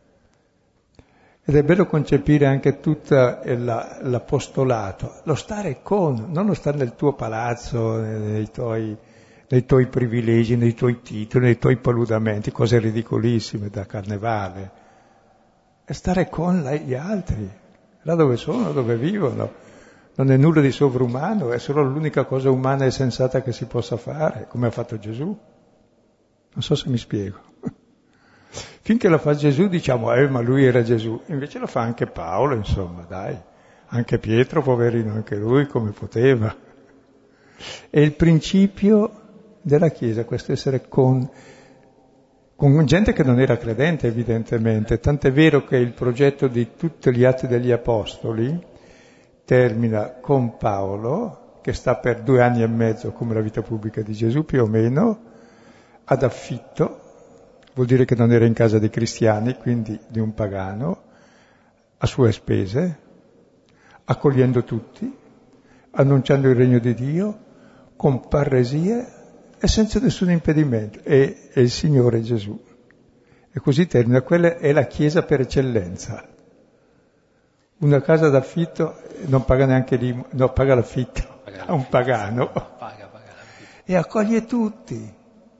Ed è bello concepire anche tutto l'apostolato, lo stare con, non lo stare nel tuo palazzo, nei tuoi, nei tuoi privilegi, nei tuoi titoli, nei tuoi paludamenti, cose ridicolissime da carnevale. È stare con gli altri. Là dove sono, dove vivono, non è nulla di sovrumano, è solo l'unica cosa umana e sensata che si possa fare, come ha fatto Gesù. Non so se mi spiego. Finché lo fa Gesù diciamo, eh, ma lui era Gesù, invece lo fa anche Paolo, insomma, dai, anche Pietro, poverino, anche lui come poteva. È il principio della Chiesa, questo essere con... con gente che non era credente evidentemente, tant'è vero che il progetto di tutti gli atti degli Apostoli termina con Paolo, che sta per due anni e mezzo come la vita pubblica di Gesù più o meno, ad affitto, vuol dire che non era in casa dei cristiani, quindi di un pagano, a sue spese, accogliendo tutti, annunciando il regno di Dio, con parresie e senza nessun impedimento. E, e il Signore Gesù. E così termina. Quella è la Chiesa per eccellenza. Una casa d'affitto non paga neanche lì, no, paga l'affitto paga a un pagano. Paga, paga e accoglie tutti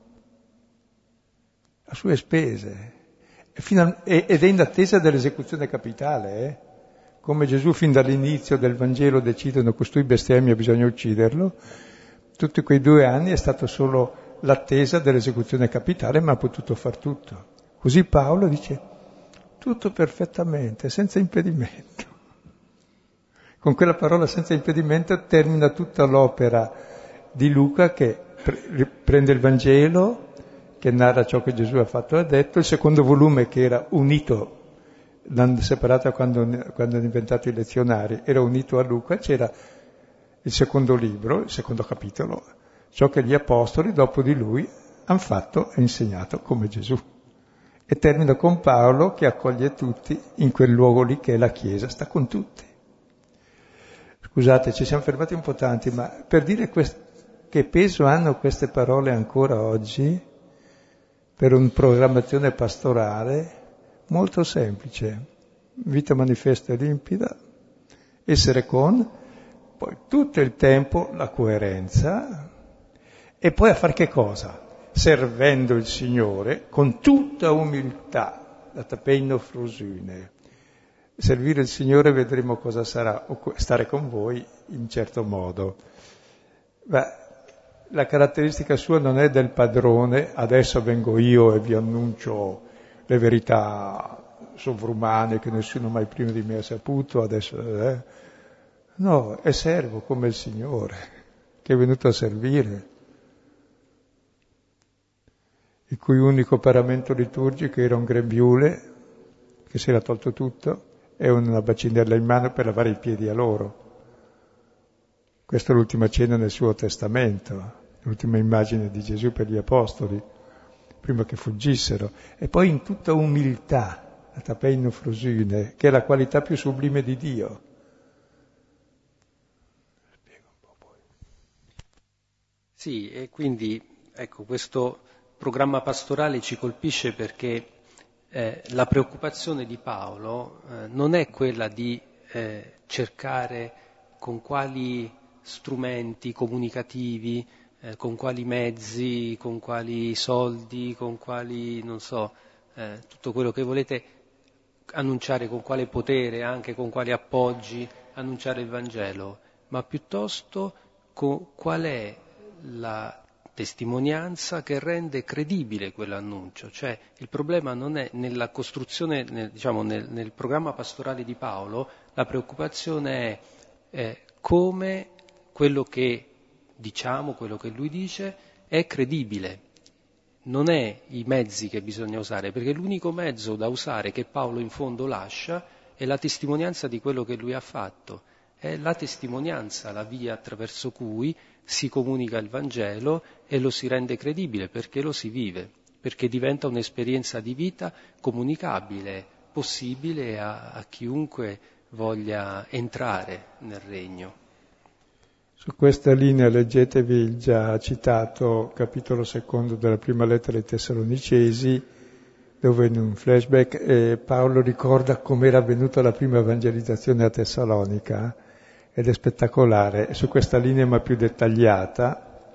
a sue spese. E fino a, ed è in attesa dell'esecuzione capitale, eh? Come Gesù fin dall'inizio del Vangelo decidono costui bestemmia, bisogna ucciderlo. Tutti quei due anni è stato solo l'attesa dell'esecuzione capitale, ma ha potuto far tutto. Così Paolo dice tutto perfettamente, senza impedimento. Con quella parola senza impedimento termina tutta l'opera di Luca che pre- prende il Vangelo, che narra ciò che Gesù ha fatto e ha detto, il secondo volume che era unito, l'hanno separata quando, quando hanno inventato i lezionari, era unito a Luca, c'era il secondo libro, il secondo capitolo, ciò che gli apostoli dopo di lui hanno fatto e insegnato come Gesù. E termina con Paolo che accoglie tutti in quel luogo lì che è la Chiesa, sta con tutti. Scusate, ci siamo fermati un po' tanti, ma per dire quest- che peso hanno queste parole ancora oggi per una programmazione pastorale molto semplice. Vita manifesta e limpida, essere con, poi tutto il tempo la coerenza, e poi a fare che cosa? Servendo il Signore con tutta umiltà, la tapeino frusune. Servire il Signore vedremo cosa sarà, stare con voi in certo modo. Ma la caratteristica sua non è del padrone, adesso vengo io e vi annuncio le verità sovrumane che nessuno mai prima di me ha saputo, adesso... Eh. No, è servo come il Signore, che è venuto a servire, il cui unico paramento liturgico era un grembiule, che si era tolto tutto, e una bacinella in mano per lavare i piedi a loro. Questa è l'ultima cena nel suo testamento, l'ultima immagine di Gesù per gli apostoli, prima che fuggissero. E poi in tutta umiltà, la tapeino frusune, che è la qualità più sublime di Dio. Spiego un po' poi. Sì, e quindi, ecco, questo programma pastorale ci colpisce perché Eh, la preoccupazione di Paolo eh, non è quella di eh, cercare con quali strumenti comunicativi, eh, con quali mezzi, con quali soldi, con quali, non so, eh, tutto quello che volete annunciare, con quale potere, anche con quali appoggi, annunciare il Vangelo, ma piuttosto con qual è la testimonianza che rende credibile quell'annuncio. Cioè il problema non è nella costruzione, nel, diciamo nel, nel programma pastorale di Paolo, la preoccupazione è eh, come quello che diciamo, quello che lui dice è credibile. Non è i mezzi che bisogna usare, perché l'unico mezzo da usare che Paolo in fondo lascia è la testimonianza di quello che lui ha fatto. È la testimonianza, la via attraverso cui si comunica il Vangelo e lo si rende credibile, perché lo si vive, perché diventa un'esperienza di vita comunicabile, possibile a, a chiunque voglia entrare nel regno. Su questa linea leggetevi il già citato capitolo secondo della prima lettera ai Tessalonicesi, dove in un flashback eh, Paolo ricorda com'era avvenuta la prima evangelizzazione a Tessalonica, ed è spettacolare, su questa linea ma più dettagliata.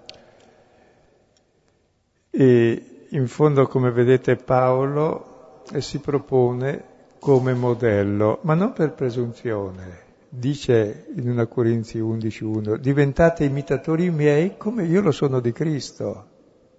E in fondo, come vedete, Paolo eh, si propone come modello, ma non per presunzione. Dice in una Corinzi undici uno, diventate imitatori miei come io lo sono di Cristo.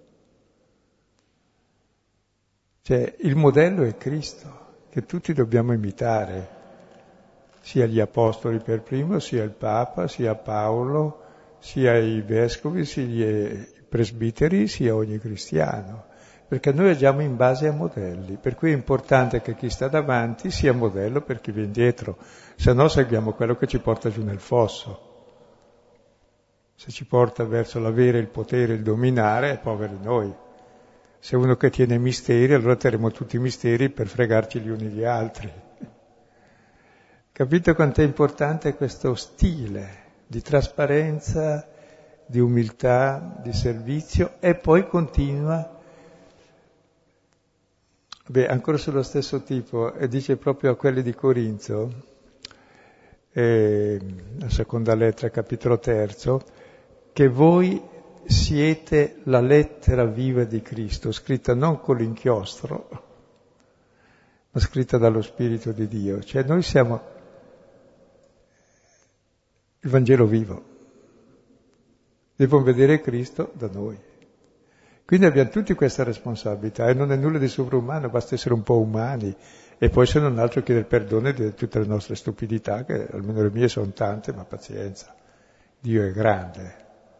Cioè, il modello è Cristo, che tutti dobbiamo imitare, sia gli apostoli per primo, sia il Papa, sia Paolo, sia i vescovi, sia i presbiteri, sia ogni cristiano, perché noi agiamo in base a modelli, per cui è importante che chi sta davanti sia modello per chi viene dietro, se no seguiamo quello che ci porta giù nel fosso. Se ci porta verso l'avere il potere, il dominare, poveri noi. Se uno che tiene i misteri, allora terremo tutti i misteri per fregarci gli uni gli altri. Capite quanto è importante questo stile di trasparenza, di umiltà, di servizio, e poi continua. Beh, ancora sullo stesso tipo, e dice proprio a quelli di Corinto, eh, la seconda lettera, capitolo terzo, che voi siete la lettera viva di Cristo, scritta non con l'inchiostro, ma scritta dallo Spirito di Dio. Cioè noi siamo il Vangelo vivo. Devono vedere Cristo da noi. Quindi abbiamo tutti questa responsabilità e non è nulla di sovrumano, basta essere un po' umani e poi se non altro chiedere perdono di tutte le nostre stupidità, che almeno le mie sono tante, ma pazienza, Dio è grande.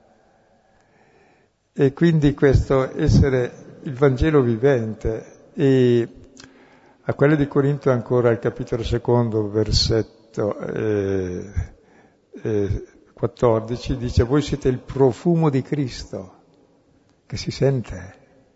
E quindi questo essere il Vangelo vivente. E a quelli di Corinto ancora al capitolo secondo, versetto eh, eh, quattordici, dice: voi siete il profumo di Cristo, che si sente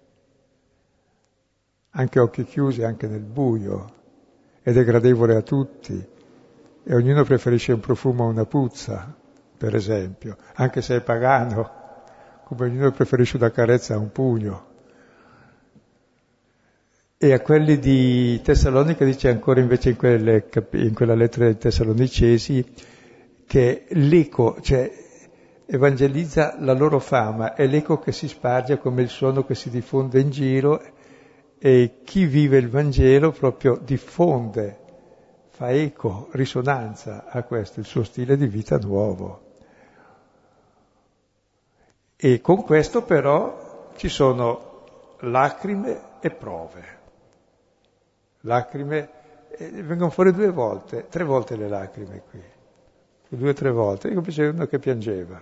anche a occhi chiusi, anche nel buio, ed è gradevole a tutti, e ognuno preferisce un profumo a una puzza, per esempio, anche se è pagano, come ognuno preferisce una carezza a un pugno. E a quelli di Tessalonica dice ancora invece in, quelle, in quella lettera dei Tessalonicesi che l'eco, cioè evangelizza la loro fama, è l'eco che si sparge come il suono che si diffonde in giro, e chi vive il Vangelo proprio diffonde, fa eco, risonanza a questo, il suo stile di vita nuovo. E con questo però ci sono lacrime e prove. Lacrime, eh, vengono fuori due volte, tre volte le lacrime qui, due o tre volte, io pensavo uno che piangeva.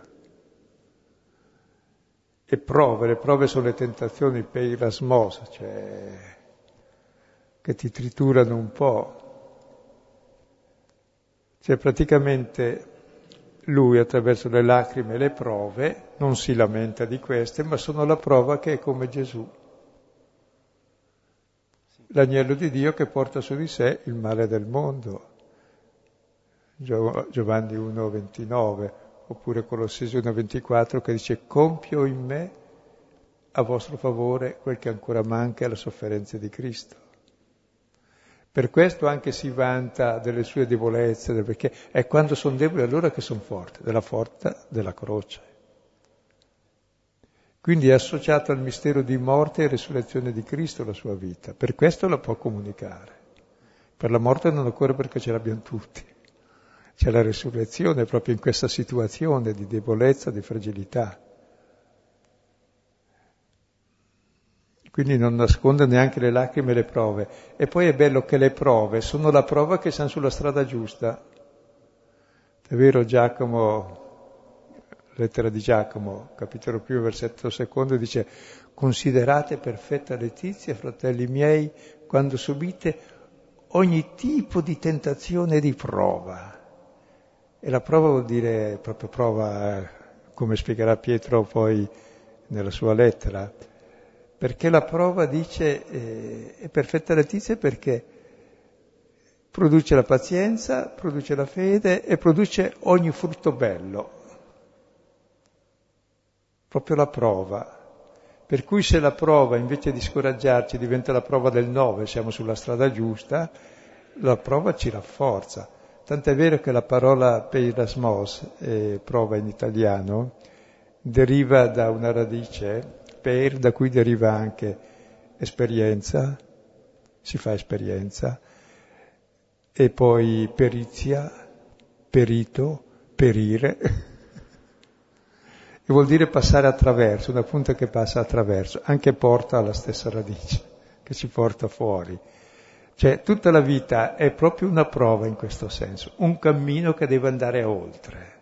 E prove, le prove sono le tentazioni peirasmos, cioè che ti triturano un po'. Cioè praticamente lui attraverso le lacrime e le prove non si lamenta di queste, ma sono la prova che è come Gesù, l'agnello di Dio che porta su di sé il male del mondo. Giovanni uno ventinove, oppure Colossesi uno ventiquattro, che dice: compio in me a vostro favore quel che ancora manca alle sofferenze di Cristo. Per questo anche si vanta delle sue debolezze, perché è quando sono deboli allora che sono forti, della forza della croce. Quindi è associato al mistero di morte e resurrezione di Cristo la sua vita, per questo la può comunicare. Per la morte non occorre, perché ce l'abbiamo tutti. C'è la resurrezione proprio in questa situazione di debolezza, di fragilità. Quindi non nasconde neanche le lacrime e le prove. E poi è bello che le prove sono la prova che siamo sulla strada giusta. È vero, Giacomo, lettera di Giacomo, capitolo primo, versetto secondo, dice: considerate perfetta letizia, fratelli miei, quando subite ogni tipo di tentazione e di prova. E la prova vuol dire proprio prova, come spiegherà Pietro poi nella sua lettera, perché la prova, dice, eh, è perfetta letizia perché produce la pazienza, produce la fede e produce ogni frutto bello. Proprio la prova. Per cui se la prova, invece di scoraggiarci, diventa la prova del nove, siamo sulla strada giusta, la prova ci rafforza. Tant'è vero che la parola peirasmos, eh, prova in italiano, deriva da una radice, per, da cui deriva anche esperienza, si fa esperienza, e poi perizia, perito, perire, e vuol dire passare attraverso, una punta che passa attraverso, anche porta alla stessa radice, che ci porta fuori. Cioè tutta la vita è proprio una prova in questo senso, un cammino che deve andare oltre.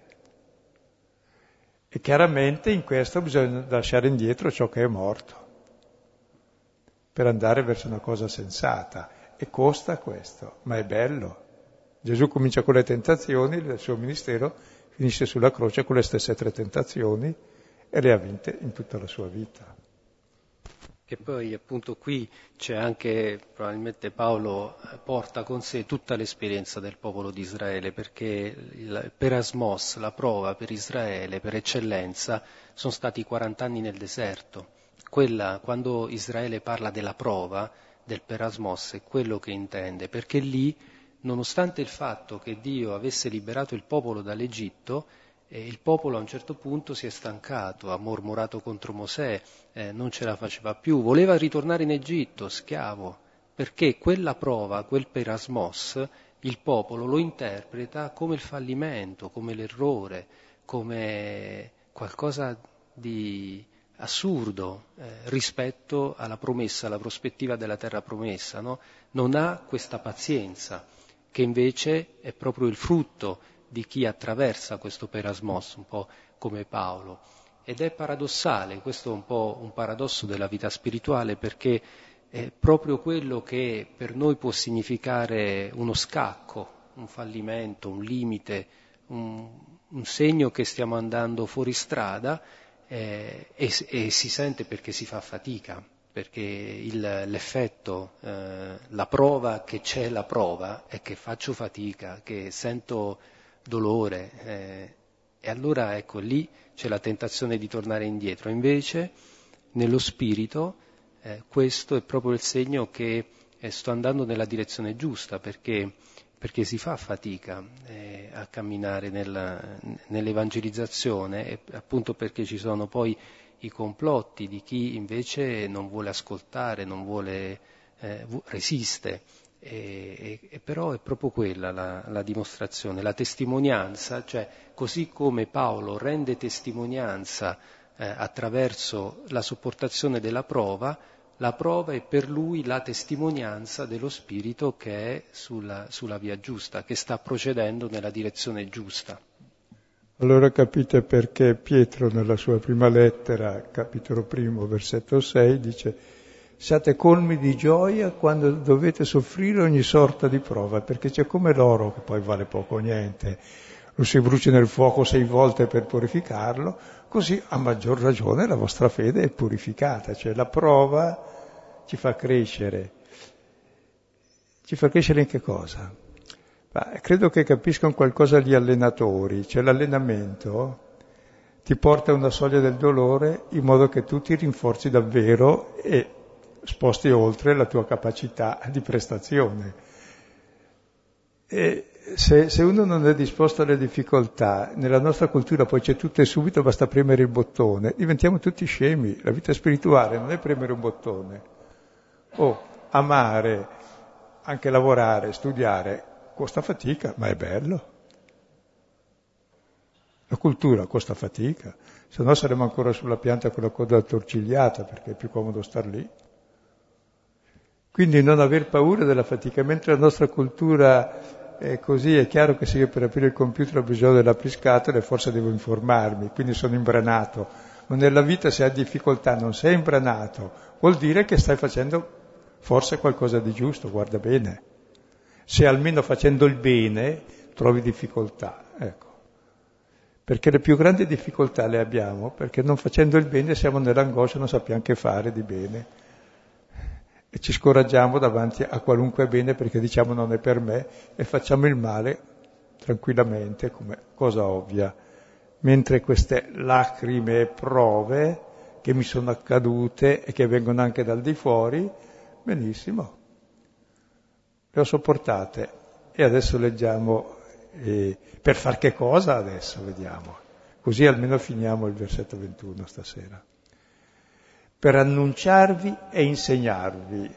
E chiaramente in questo bisogna lasciare indietro ciò che è morto, per andare verso una cosa sensata. E costa questo, ma è bello. Gesù comincia con le tentazioni, il suo ministero finisce sulla croce con le stesse tre tentazioni e le ha vinte in tutta la sua vita. Che poi appunto qui c'è anche, probabilmente Paolo porta con sé tutta l'esperienza del popolo di Israele, perché il perasmos, la prova per Israele, per eccellenza, sono stati quaranta anni nel deserto. Quella, quando Israele parla della prova, del perasmos, è quello che intende, perché lì, nonostante il fatto che Dio avesse liberato il popolo dall'Egitto, E il popolo a un certo punto si è stancato, ha mormorato contro Mosè, eh, non ce la faceva più, voleva ritornare in Egitto, schiavo, perché quella prova, quel perasmos, il popolo lo interpreta come il fallimento, come l'errore, come qualcosa di assurdo eh, rispetto alla promessa, alla prospettiva della terra promessa, no? Non ha questa pazienza, che invece è proprio il frutto di chi attraversa questo perasmos, un po' come Paolo. Ed è paradossale, questo è un po' un paradosso della vita spirituale, perché è proprio quello che per noi può significare uno scacco, un fallimento, un limite, un, un segno che stiamo andando fuori strada, eh, e, e si sente perché si fa fatica, perché il, l'effetto, eh, la prova che c'è la prova è che faccio fatica, che sento dolore, eh, e allora ecco lì c'è la tentazione di tornare indietro. Invece nello spirito eh, questo è proprio il segno che eh, sto andando nella direzione giusta, perché, perché si fa fatica eh, a camminare nella, nell'evangelizzazione, e appunto perché ci sono poi i complotti di chi invece non vuole ascoltare, non vuole, eh, resiste. E, e, e però è proprio quella la, la dimostrazione, la testimonianza, cioè così come Paolo rende testimonianza eh, attraverso la sopportazione della prova, la prova è per lui la testimonianza dello Spirito che è sulla, sulla via giusta, che sta procedendo nella direzione giusta. Allora capite perché Pietro nella sua prima lettera, capitolo primo, versetto sei, dice: siate colmi di gioia quando dovete soffrire ogni sorta di prova, perché c'è come l'oro, che poi vale poco o niente, lo si brucia nel fuoco sei volte per purificarlo, così a maggior ragione la vostra fede è purificata, cioè la prova ci fa crescere. Ci fa crescere in che cosa? Ma credo che capiscano qualcosa gli allenatori, cioè l'allenamento ti porta a una soglia del dolore in modo che tu ti rinforzi davvero e sposti oltre la tua capacità di prestazione. E se, se uno non è disposto alle difficoltà, nella nostra cultura poi c'è tutto e subito, basta premere il bottone, diventiamo tutti scemi. La vita spirituale non è premere un bottone. O amare, anche lavorare, studiare, costa fatica, ma è bello. La cultura costa fatica, se no saremmo ancora sulla pianta con la coda attorcigliata, perché è più comodo star lì. Quindi non aver paura della fatica, mentre la nostra cultura è così, è chiaro che se io per aprire il computer ho bisogno dell'apriscatole, forse devo informarmi, quindi sono imbranato. Ma nella vita se hai difficoltà non sei imbranato, vuol dire che stai facendo forse qualcosa di giusto, guarda bene. Se almeno facendo il bene trovi difficoltà, ecco. Perché le più grandi difficoltà le abbiamo, perché non facendo il bene siamo nell'angoscia, non sappiamo che fare di bene. E ci scoraggiamo davanti a qualunque bene perché diciamo non è per me e facciamo il male tranquillamente come cosa ovvia. Mentre queste lacrime e prove che mi sono accadute e che vengono anche dal di fuori, benissimo, le ho sopportate. E adesso leggiamo, eh, per far che cosa adesso, vediamo. Così almeno finiamo il versetto ventuno stasera. Per annunciarvi e insegnarvi.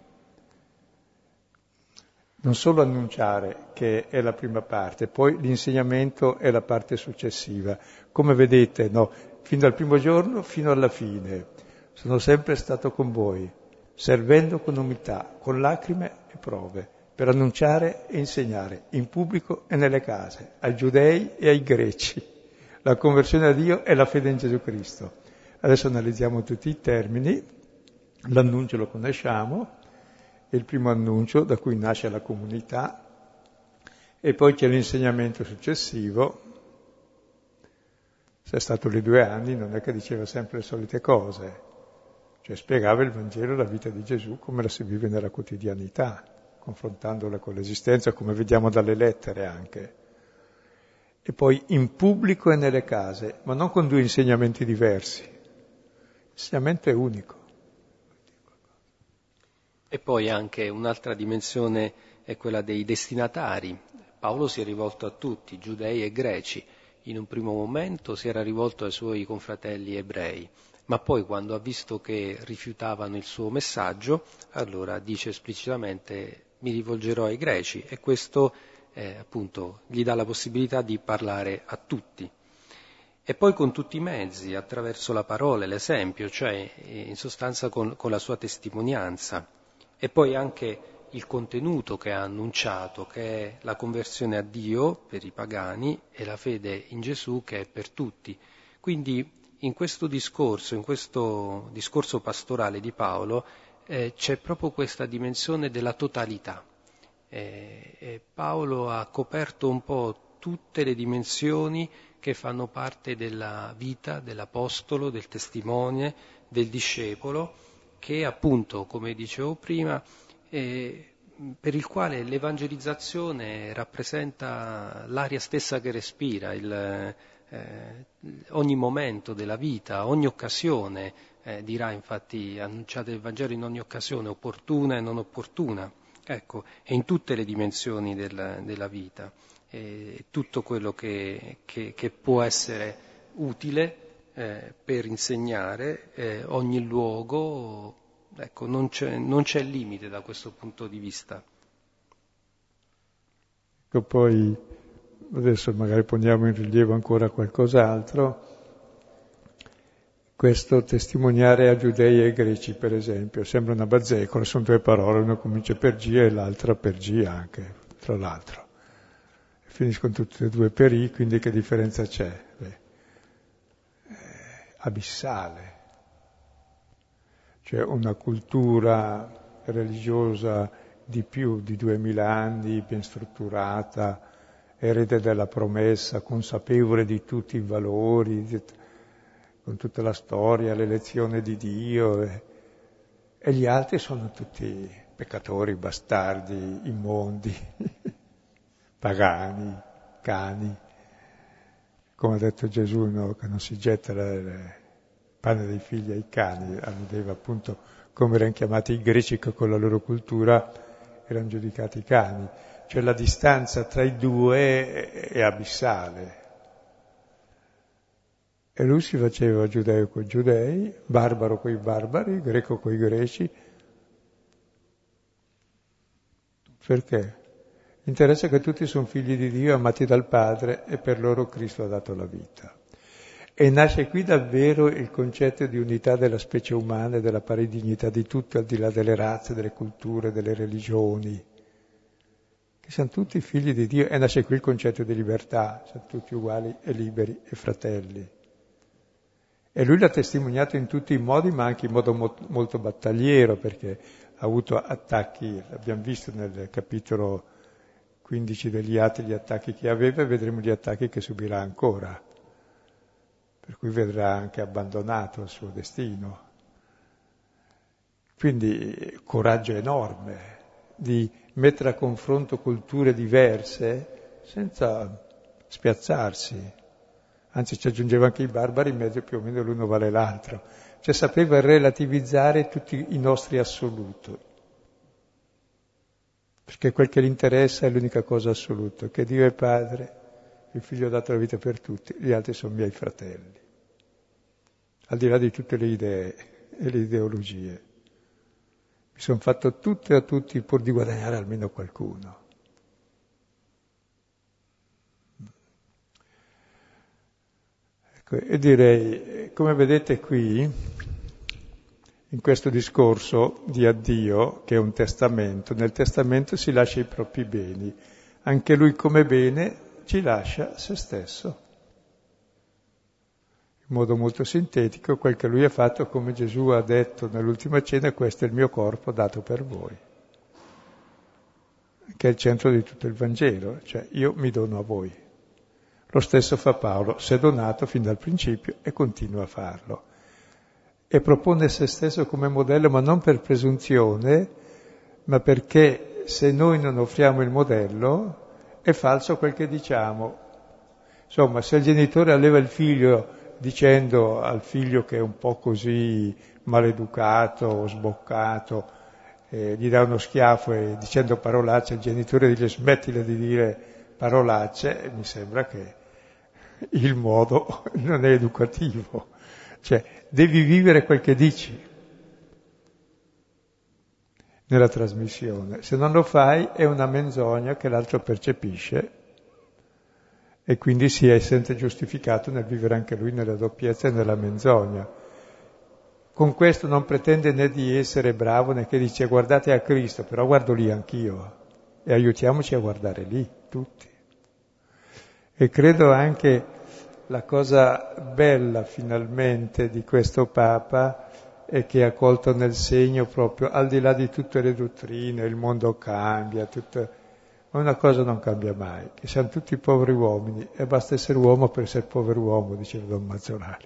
Non solo annunciare, che è la prima parte, poi l'insegnamento è la parte successiva. Come vedete, no, fin dal primo giorno fino alla fine, sono sempre stato con voi, servendo con umiltà, con lacrime e prove, per annunciare e insegnare, in pubblico e nelle case, ai giudei e ai greci, la conversione a Dio e la fede in Gesù Cristo. Adesso analizziamo tutti i termini, l'annuncio lo conosciamo, è il primo annuncio da cui nasce la comunità, e poi c'è l'insegnamento successivo. Se è stato lì due anni non è che diceva sempre le solite cose, cioè spiegava il Vangelo, la vita di Gesù, come la si vive nella quotidianità, confrontandola con l'esistenza, come vediamo dalle lettere anche. E poi in pubblico e nelle case, ma non con due insegnamenti diversi. L'insegnamento è unico. E poi anche un'altra dimensione è quella dei destinatari. Paolo si è rivolto a tutti, giudei e greci. In un primo momento si era rivolto ai suoi confratelli ebrei, ma poi quando ha visto che rifiutavano il suo messaggio, allora dice esplicitamente mi rivolgerò ai greci, e questo eh, appunto gli dà la possibilità di parlare a tutti. E poi con tutti i mezzi, attraverso la parola, l'esempio, cioè in sostanza con, con la sua testimonianza. E poi anche il contenuto che ha annunciato, che è la conversione a Dio per i pagani e la fede in Gesù che è per tutti. Quindi in questo discorso, in questo discorso pastorale di Paolo, eh, c'è proprio questa dimensione della totalità. Eh, e Paolo ha coperto un po' tutte le dimensioni che fanno parte della vita dell'apostolo, del testimone, del discepolo, che appunto, come dicevo prima, eh, per il quale l'evangelizzazione rappresenta l'aria stessa che respira, il, eh, ogni momento della vita, ogni occasione, eh, dirà infatti annunciate il Vangelo in ogni occasione, opportuna e non opportuna, ecco, e in tutte le dimensioni del, della vita, eh, tutto quello che, che, che può essere utile eh, per insegnare, eh, ogni luogo. Ecco, non c'è, non c'è limite da questo punto di vista. Ecco, poi adesso magari poniamo in rilievo ancora qualcos'altro. Questo testimoniare a giudei e greci, per esempio, sembra una bazzecola, sono due parole, una comincia per G e l'altra per G anche, tra l'altro. E finiscono tutte e due per I, quindi che differenza c'è? Beh, eh, abissale. Cioè una cultura religiosa di più di duemila anni, ben strutturata, erede della promessa, consapevole di tutti i valori, di, con tutta la storia, l'elezione di Dio. E, e gli altri sono tutti peccatori, bastardi, immondi, pagani, cani. Come ha detto Gesù, no? Che non si getta le... pane dei figli ai cani, alludeva appunto come erano chiamati i greci che con la loro cultura erano giudicati cani. Cioè la distanza tra i due è abissale. E lui si faceva giudeo coi giudei, barbaro coi barbari, greco coi greci. Perché? Interessa che tutti sono figli di Dio, amati dal Padre, e per loro Cristo ha dato la vita. E nasce qui davvero il concetto di unità della specie umana e della pari dignità di tutti, al di là delle razze, delle culture, delle religioni, che siamo tutti figli di Dio, e nasce qui il concetto di libertà, siamo tutti uguali e liberi e fratelli. E lui l'ha testimoniato in tutti i modi, ma anche in modo mo- molto battagliero, perché ha avuto attacchi, l'abbiamo visto nel capitolo quindici degli Atti, gli attacchi che aveva, e vedremo gli attacchi che subirà ancora. Per cui vedrà anche abbandonato il suo destino. Quindi coraggio enorme di mettere a confronto culture diverse senza spiazzarsi. Anzi, ci aggiungeva anche i barbari in mezzo, più o meno l'uno vale l'altro. Cioè sapeva relativizzare tutti i nostri assoluti. Perché quel che gli interessa è l'unica cosa assoluta, che Dio è Padre, il Figlio ha dato la vita per tutti, gli altri sono miei fratelli. Al di là di tutte le idee e le ideologie. Mi sono fatto tutto e a tutti pur di guadagnare almeno qualcuno. Ecco, e direi, come vedete qui, in questo discorso di addio, che è un testamento, nel testamento si lascia i propri beni. Anche lui come bene ci lascia se stesso. In modo molto sintetico, quel che lui ha fatto, come Gesù ha detto nell'ultima cena, questo è il mio corpo dato per voi, che è il centro di tutto il Vangelo, cioè io mi dono a voi. Lo stesso fa Paolo, si è donato fin dal principio e continua a farlo. e propone se stesso come modello, ma non per presunzione, ma perché se noi non offriamo il modello è falso quel che diciamo. Insomma, se il genitore alleva il figlio dicendo al figlio che è un po' così maleducato o sboccato, eh, gli dà uno schiaffo e dicendo parolacce, il genitore dice smettila di dire parolacce, e mi sembra che il modo non è educativo. Cioè, devi vivere quel che dici nella trasmissione. Se non lo fai è una menzogna che l'altro percepisce e quindi si è, sente giustificato nel vivere anche lui nella doppiezza e nella menzogna. Con questo non pretende né di essere bravo né che dice guardate a Cristo, però guardo lì anch'io e aiutiamoci a guardare lì, tutti. E credo anche la cosa bella finalmente di questo Papa è che ha colto nel segno proprio, al di là di tutte le dottrine, il mondo cambia, tutto, ma una cosa non cambia mai, che siamo tutti poveri uomini e basta essere uomo per essere povero uomo, diceva Don Mazzolari,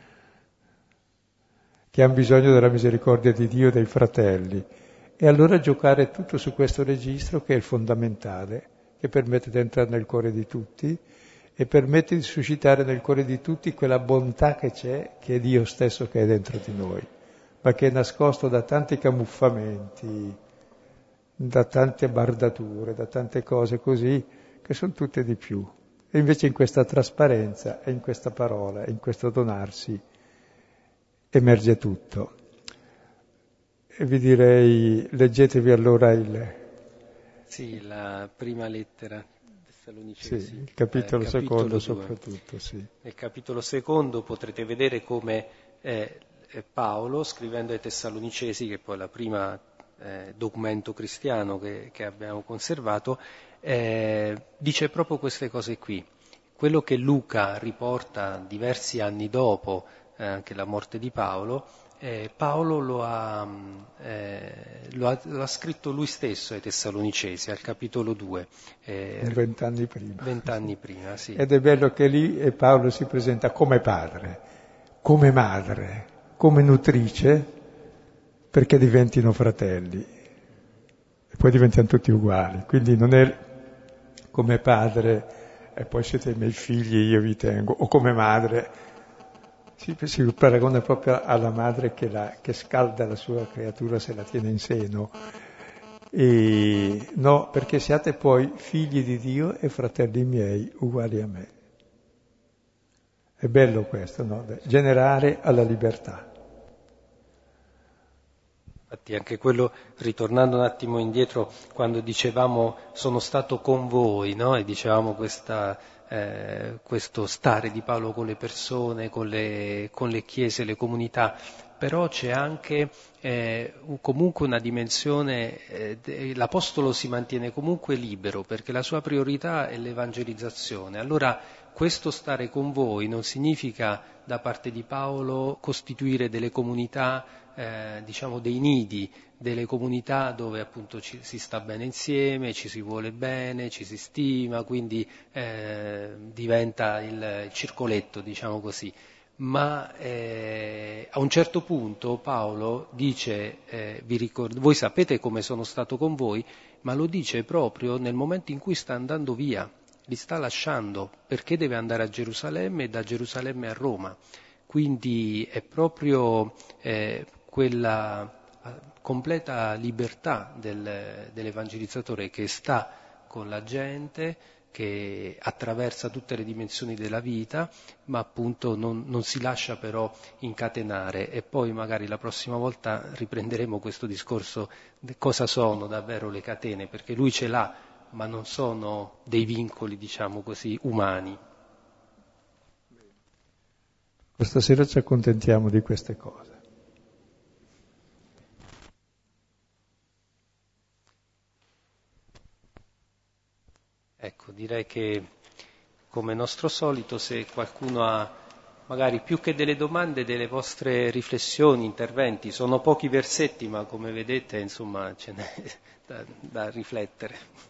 che hanno bisogno della misericordia di Dio e dei fratelli. E allora giocare tutto su questo registro che è il fondamentale, che permette di entrare nel cuore di tutti e permette di suscitare nel cuore di tutti quella bontà che c'è, che è Dio stesso che è dentro di noi, ma che è nascosto da tanti camuffamenti, da tante bardature, da tante cose così, che sono tutte di più. E invece in questa trasparenza e in questa parola, in questo donarsi, emerge tutto. E vi direi, leggetevi allora il... Sì, la prima lettera Tessalonicesi. Sì, il capitolo, eh, capitolo secondo due. soprattutto, sì. Nel capitolo secondo potrete vedere come eh, Paolo, scrivendo ai Tessalonicesi, che poi è la prima eh, documento cristiano che, che abbiamo conservato, eh, dice proprio queste cose qui. Quello che Luca riporta diversi anni dopo eh, anche la morte di Paolo, eh, Paolo lo ha, eh, lo, ha, lo ha scritto lui stesso ai Tessalonicesi, al capitolo due. Eh, Vent'anni prima. Vent'anni prima, sì. Ed è bello che lì Paolo si presenta come padre, come madre, come nutrice, perché diventino fratelli. E poi diventano tutti uguali. Quindi non è come padre, e poi siete i miei figli, io vi tengo, o come madre. Si, si paragona proprio alla madre che, la, che scalda la sua creatura se la tiene in seno. E, no, perché siate poi figli di Dio e fratelli miei, uguali a me. È bello questo, no? Generare alla libertà. Infatti anche quello, ritornando un attimo indietro, quando dicevamo sono stato con voi, no? E dicevamo questa, eh, questo stare di Paolo con le persone, con le, con le chiese, le comunità, però c'è anche eh, comunque una dimensione, eh, de, l'Apostolo si mantiene comunque libero perché la sua priorità è l'evangelizzazione. Allora questo stare con voi non significa da parte di Paolo costituire delle comunità, eh, diciamo dei nidi, delle comunità dove appunto ci, si sta bene insieme, ci si vuole bene, ci si stima, quindi eh, diventa il, il circoletto, diciamo così. Ma eh, a un certo punto Paolo dice, eh, vi ricord- voi sapete come sono stato con voi, ma lo dice proprio nel momento in cui sta andando via, li sta lasciando, perché deve andare a Gerusalemme e da Gerusalemme a Roma. Quindi è proprio eh, quella completa libertà del, dell'evangelizzatore che sta con la gente, che attraversa tutte le dimensioni della vita, ma appunto non, non si lascia però incatenare. E poi magari la prossima volta riprenderemo questo discorso di cosa sono davvero le catene, perché lui ce l'ha, ma non sono dei vincoli, diciamo così, umani. Questa sera ci accontentiamo di queste cose. Ecco, direi che come nostro solito, se qualcuno ha magari più che delle domande, delle vostre riflessioni, interventi, sono pochi versetti, ma come vedete, insomma, ce n'è da, da riflettere.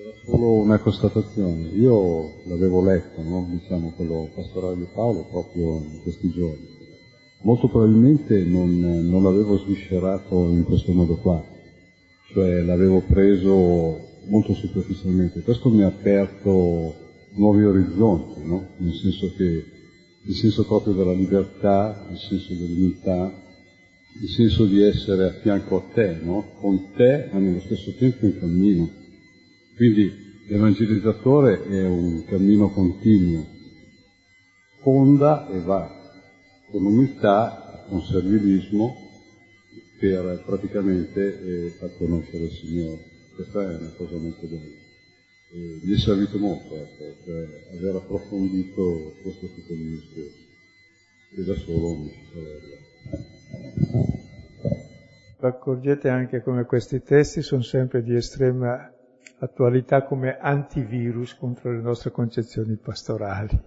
Solo una constatazione. Io l'avevo letto, no? Diciamo quello pastorale di Paolo proprio in questi giorni. Molto probabilmente non, non l'avevo sviscerato in questo modo qua, cioè l'avevo preso molto superficialmente. Questo mi ha aperto nuovi orizzonti, no? Nel senso che il senso proprio della libertà, il senso dell'unità, il senso di essere a fianco a te, no? Con te, ma nello stesso tempo in cammino. Quindi l'evangelizzatore è un cammino continuo, fonda e va con umiltà, con servilismo, per praticamente eh, far conoscere il Signore. Questa è una cosa molto bella. E mi è servito molto, ecco, cioè aver approfondito questo tipo di discorso, che da solo non ci sarebbe. Accorgete anche come questi testi sono sempre di estrema attualità come antivirus contro le nostre concezioni pastorali,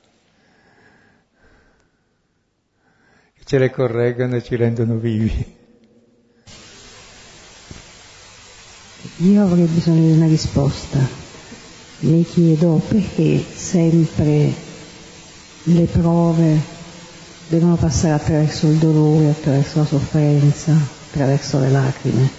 che ce le correggono e ci rendono vivi. Io avrei bisogno di una risposta. Mi chiedo perché sempre le prove devono passare attraverso il dolore, attraverso la sofferenza, attraverso le lacrime.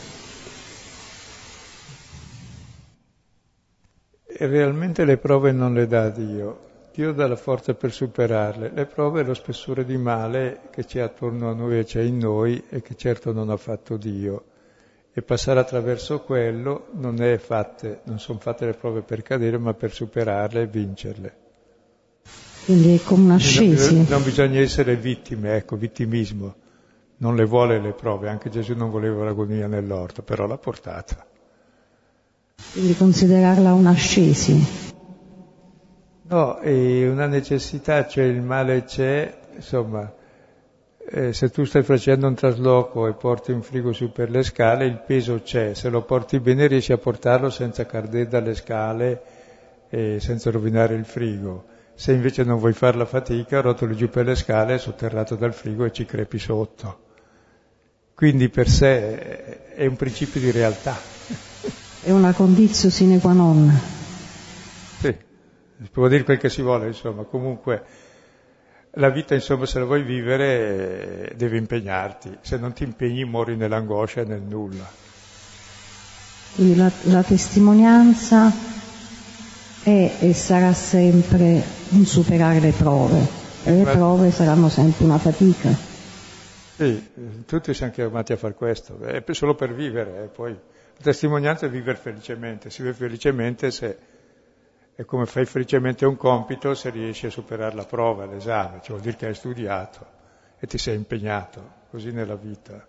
E realmente le prove non le dà Dio. Dio dà la forza per superarle. Le prove è lo spessore di male che c'è attorno a noi e c'è in noi e che certo non ha fatto Dio. E passare attraverso quello non è fatte, non sono fatte le prove per cadere, ma per superarle e vincerle. Quindi è come un'ascesi. Non, non bisogna essere vittime, ecco, vittimismo. Non le vuole le prove, anche Gesù non voleva l'agonia nell'orto, però l'ha portata. Quindi considerarla un'ascesi. No, è una necessità, cioè il male c'è, insomma, eh, se tu stai facendo un trasloco e porti un frigo su per le scale, il peso c'è, se lo porti bene riesci a portarlo senza cardere dalle scale e senza rovinare il frigo. Se invece non vuoi fare la fatica, rotoli giù per le scale, sotterrato dal frigo e ci crepi sotto. Quindi per sé è un principio di realtà. È una condizio sine qua non. Sì, si può dire quel che si vuole, insomma, comunque la vita, insomma, se la vuoi vivere devi impegnarti, se non ti impegni muori nell'angoscia e nel nulla. Quindi la, la testimonianza è e sarà sempre un superare le prove, e le prove saranno sempre una fatica. Sì, tutti siamo chiamati a fare questo, è solo per vivere, e poi la testimonianza è vivere felicemente, si vive felicemente se è come fai felicemente un compito se riesci a superare la prova, l'esame, cioè vuol dire che hai studiato e ti sei impegnato, così nella vita.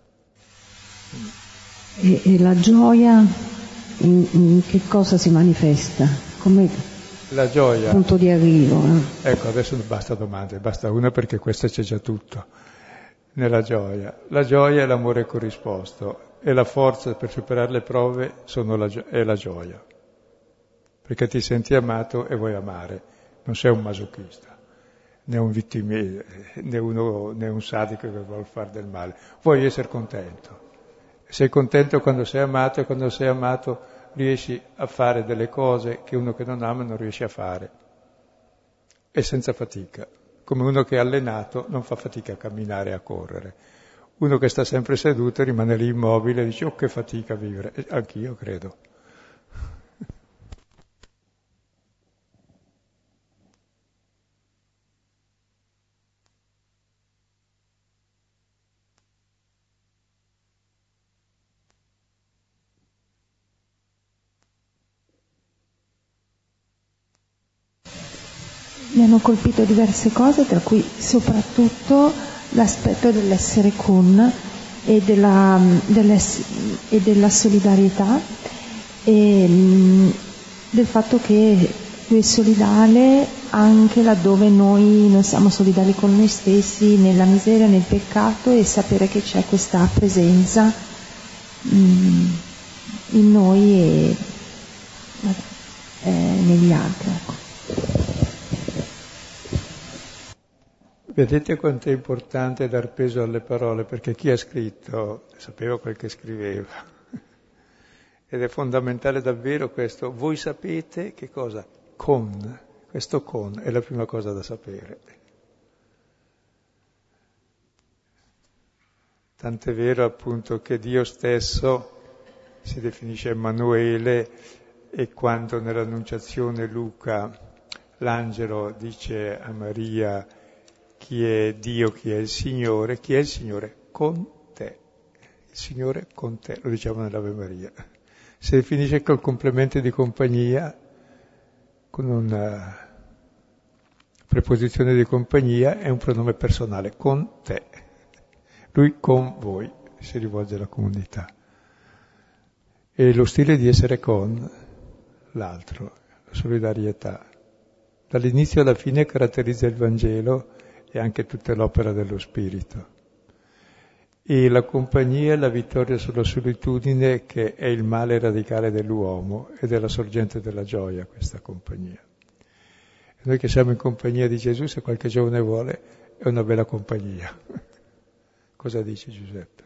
E, e la gioia in, in che cosa si manifesta? Come la gioia. Punto di arrivo. Eh? Ecco, adesso non basta domande, basta una perché questa c'è già tutto. Nella gioia. La gioia è l'amore corrisposto e la forza per superare le prove sono la gio- è la gioia. Perché ti senti amato e vuoi amare, non sei un masochista, né un vittimista, né, uno, né un sadico che vuole fare del male. Vuoi essere contento. Sei contento quando sei amato e quando sei amato riesci a fare delle cose che uno che non ama non riesce a fare. E senza fatica. Come uno che è allenato non fa fatica a camminare e a correre. Uno che sta sempre seduto rimane lì immobile e dice oh che fatica a vivere. E anch'io credo. Mi hanno colpito diverse cose, tra cui soprattutto l'aspetto dell'essere con e della, e della solidarietà e mh, del fatto che lui è solidale anche laddove noi non siamo solidali con noi stessi, nella miseria, nel peccato, e sapere che c'è questa presenza mh, in noi e vabbè, eh, negli altri. Ecco. Vedete quanto è importante dar peso alle parole, perché chi ha scritto sapeva quel che scriveva. Ed è fondamentale davvero questo. Voi sapete che cosa? Con. Questo con è la prima cosa da sapere. Tant'è vero appunto che Dio stesso si definisce Emanuele, e quando nell'Annunciazione Luca l'angelo dice a Maria chi è Dio, chi è il Signore, chi è il Signore? Con te. Il Signore con te, lo diciamo nell'Ave Maria. Si definisce col complemento di compagnia, con una preposizione di compagnia e un pronome personale, con te. Lui con voi, si rivolge alla comunità. E lo stile di essere con l'altro, la solidarietà. Dall'inizio alla fine caratterizza il Vangelo e anche tutta l'opera dello Spirito. E la compagnia è la vittoria sulla solitudine, che è il male radicale dell'uomo ed è la sorgente della gioia, questa compagnia. E noi che siamo in compagnia di Gesù, se qualche giovane vuole, è una bella compagnia. Cosa dice Giuseppe?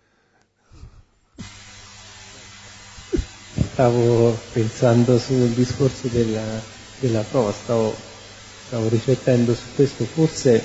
Stavo pensando sul discorso della, della prova, stavo, stavo riflettendo su questo, forse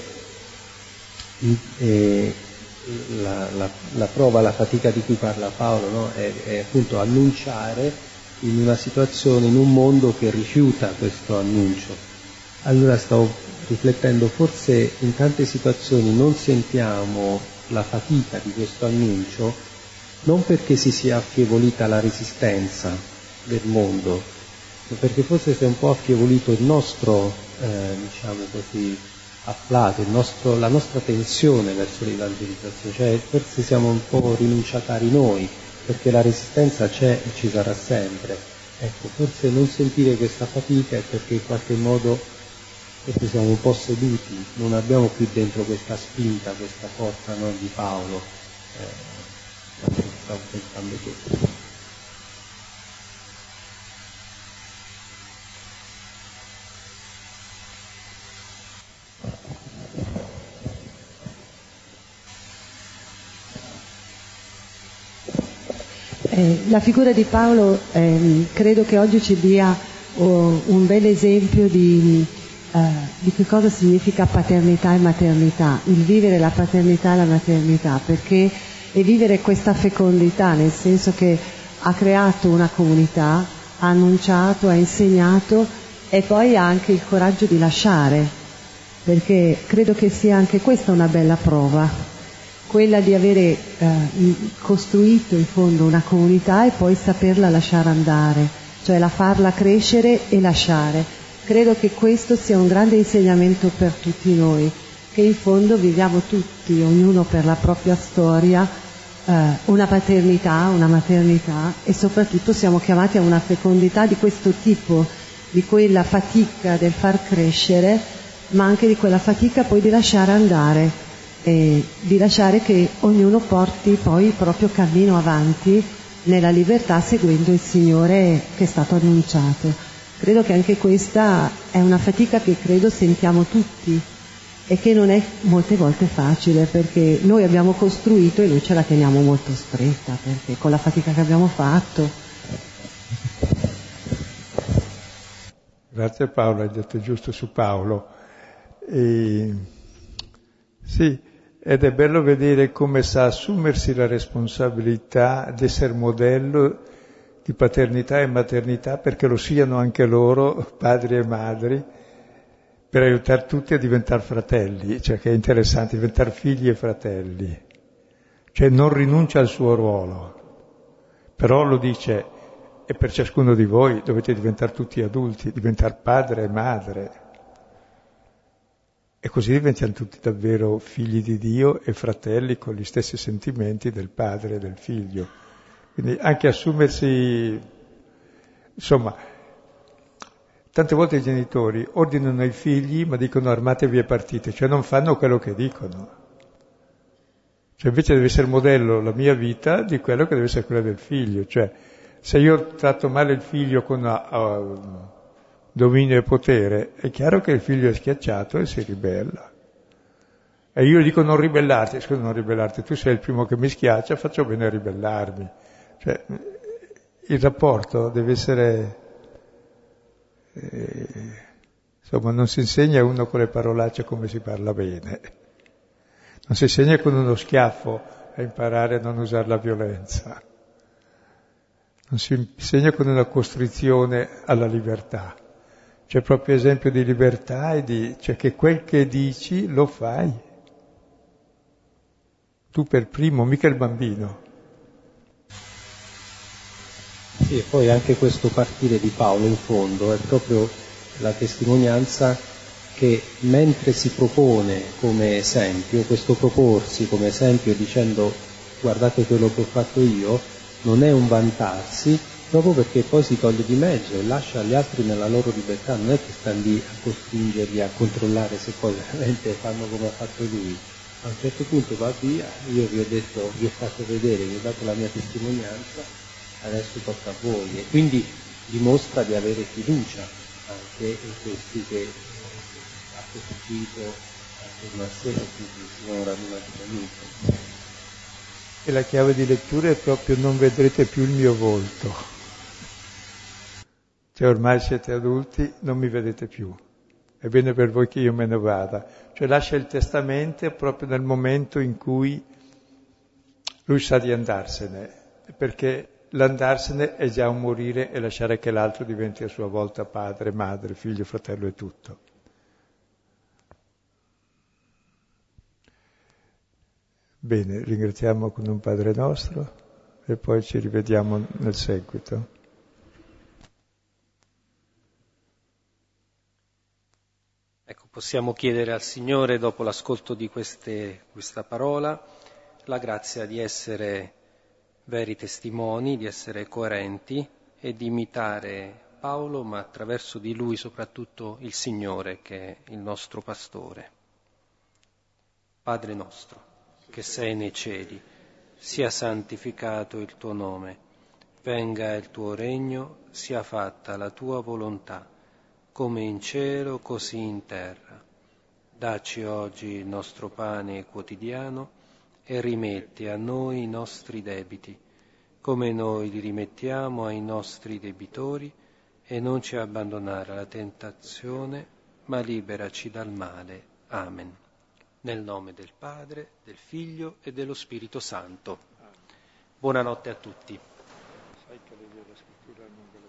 eh, la, la, la prova, la fatica di cui parla Paolo, no? è, è appunto annunciare in una situazione, in un mondo che rifiuta questo annuncio. Allora stavo riflettendo, forse in tante situazioni non sentiamo la fatica di questo annuncio, non perché si sia affievolita la resistenza del mondo, ma perché forse si è un po' affievolito il nostro, eh, diciamo così, afflato, il nostro, la nostra tensione verso l'evangelizzazione, cioè forse siamo un po' rinunciatari noi, perché la resistenza c'è e ci sarà sempre. Ecco, forse non sentire questa fatica è perché in qualche modo forse siamo un po' seduti, non abbiamo più dentro questa spinta, questa forza, no, di Paolo. Eh, stavo pensando questo. Eh, la figura di Paolo eh, credo che oggi ci dia oh, un bel esempio di, eh, di che cosa significa paternità e maternità, il vivere la paternità e la maternità, perché e vivere questa fecondità, nel senso che ha creato una comunità, ha annunciato, ha insegnato e poi ha anche il coraggio di lasciare, perché credo che sia anche questa una bella prova, quella di avere eh, costruito in fondo una comunità e poi saperla lasciare andare, cioè la farla crescere e lasciare. Credo che questo sia un grande insegnamento per tutti noi, che in fondo viviamo tutti, ognuno per la propria storia, eh, una paternità, una maternità, e soprattutto siamo chiamati a una fecondità di questo tipo, di quella fatica del far crescere, ma anche di quella fatica poi di lasciare andare, e di lasciare che ognuno porti poi il proprio cammino avanti nella libertà, seguendo il Signore che è stato annunciato. Credo che anche questa è una fatica che credo sentiamo tutti, e che non è molte volte facile, perché noi abbiamo costruito e noi ce la teniamo molto stretta, perché con la fatica che abbiamo fatto. Grazie Paolo, hai detto giusto su Paolo. E, sì, ed è bello vedere come sa assumersi la responsabilità di essere modello di paternità e maternità, perché lo siano anche loro, padri e madri, per aiutare tutti a diventare fratelli, cioè che è interessante, diventare figli e fratelli. Cioè non rinuncia al suo ruolo, però lo dice, e per ciascuno di voi dovete diventare tutti adulti, diventare padre e madre. E così diventiamo tutti davvero figli di Dio e fratelli con gli stessi sentimenti del padre e del figlio. Quindi anche assumersi, insomma, tante volte i genitori ordinano ai figli ma dicono armatevi e partite, cioè non fanno quello che dicono. Cioè invece deve essere modello la mia vita di quello che deve essere quella del figlio. Cioè se io tratto male il figlio con uh, dominio e potere, è chiaro che il figlio è schiacciato e si ribella. E io dico non ribellarti, scusa non ribellarti, tu sei il primo che mi schiaccia, faccio bene a ribellarmi. Cioè, il rapporto deve essere, eh, insomma, non si insegna uno con le parolacce come si parla bene, non si insegna con uno schiaffo a imparare a non usare la violenza, non si insegna con una costrizione alla libertà. C'è proprio esempio di libertà e di, cioè che quel che dici lo fai. Tu per primo, mica il bambino. Sì, e poi anche questo partire di Paolo in fondo è proprio la testimonianza che mentre si propone come esempio, questo proporsi come esempio dicendo guardate quello che ho fatto io, non è un vantarsi, proprio perché poi si toglie di mezzo e lascia gli altri nella loro libertà, non è che sta lì a costringerli a controllare se poi veramente fanno come ha fatto lui. A un certo punto va via, io vi ho detto, vi ho fatto vedere, vi ho dato la mia testimonianza, adesso tocca a voi. E quindi dimostra di avere fiducia anche in questi che ha costituito attorno a sé e quindi si sono radunati da lui. E la chiave di lettura è proprio non vedrete più il mio volto. Cioè ormai siete adulti, non mi vedete più. È bene per voi che io me ne vada. Cioè lascia il testamento proprio nel momento in cui lui sa di andarsene, perché l'andarsene è già un morire e lasciare che l'altro diventi a sua volta padre, madre, figlio, fratello e tutto. Bene, ringraziamo con un Padre nostro e poi ci rivediamo nel seguito. Ecco, possiamo chiedere al Signore, dopo l'ascolto di queste, questa parola, la grazia di essere veri testimoni, di essere coerenti e di imitare Paolo, ma attraverso di lui soprattutto il Signore, che è il nostro pastore. Padre nostro, che sei nei cieli, sia santificato il tuo nome, venga il tuo regno, sia fatta la tua volontà, come in cielo così in terra. Dacci oggi il nostro pane quotidiano e rimetti a noi i nostri debiti, come noi li rimettiamo ai nostri debitori, e non ci abbandonare alla tentazione, ma liberaci dal male. Amen. Nel nome del Padre, del Figlio e dello Spirito Santo. Buonanotte a tutti.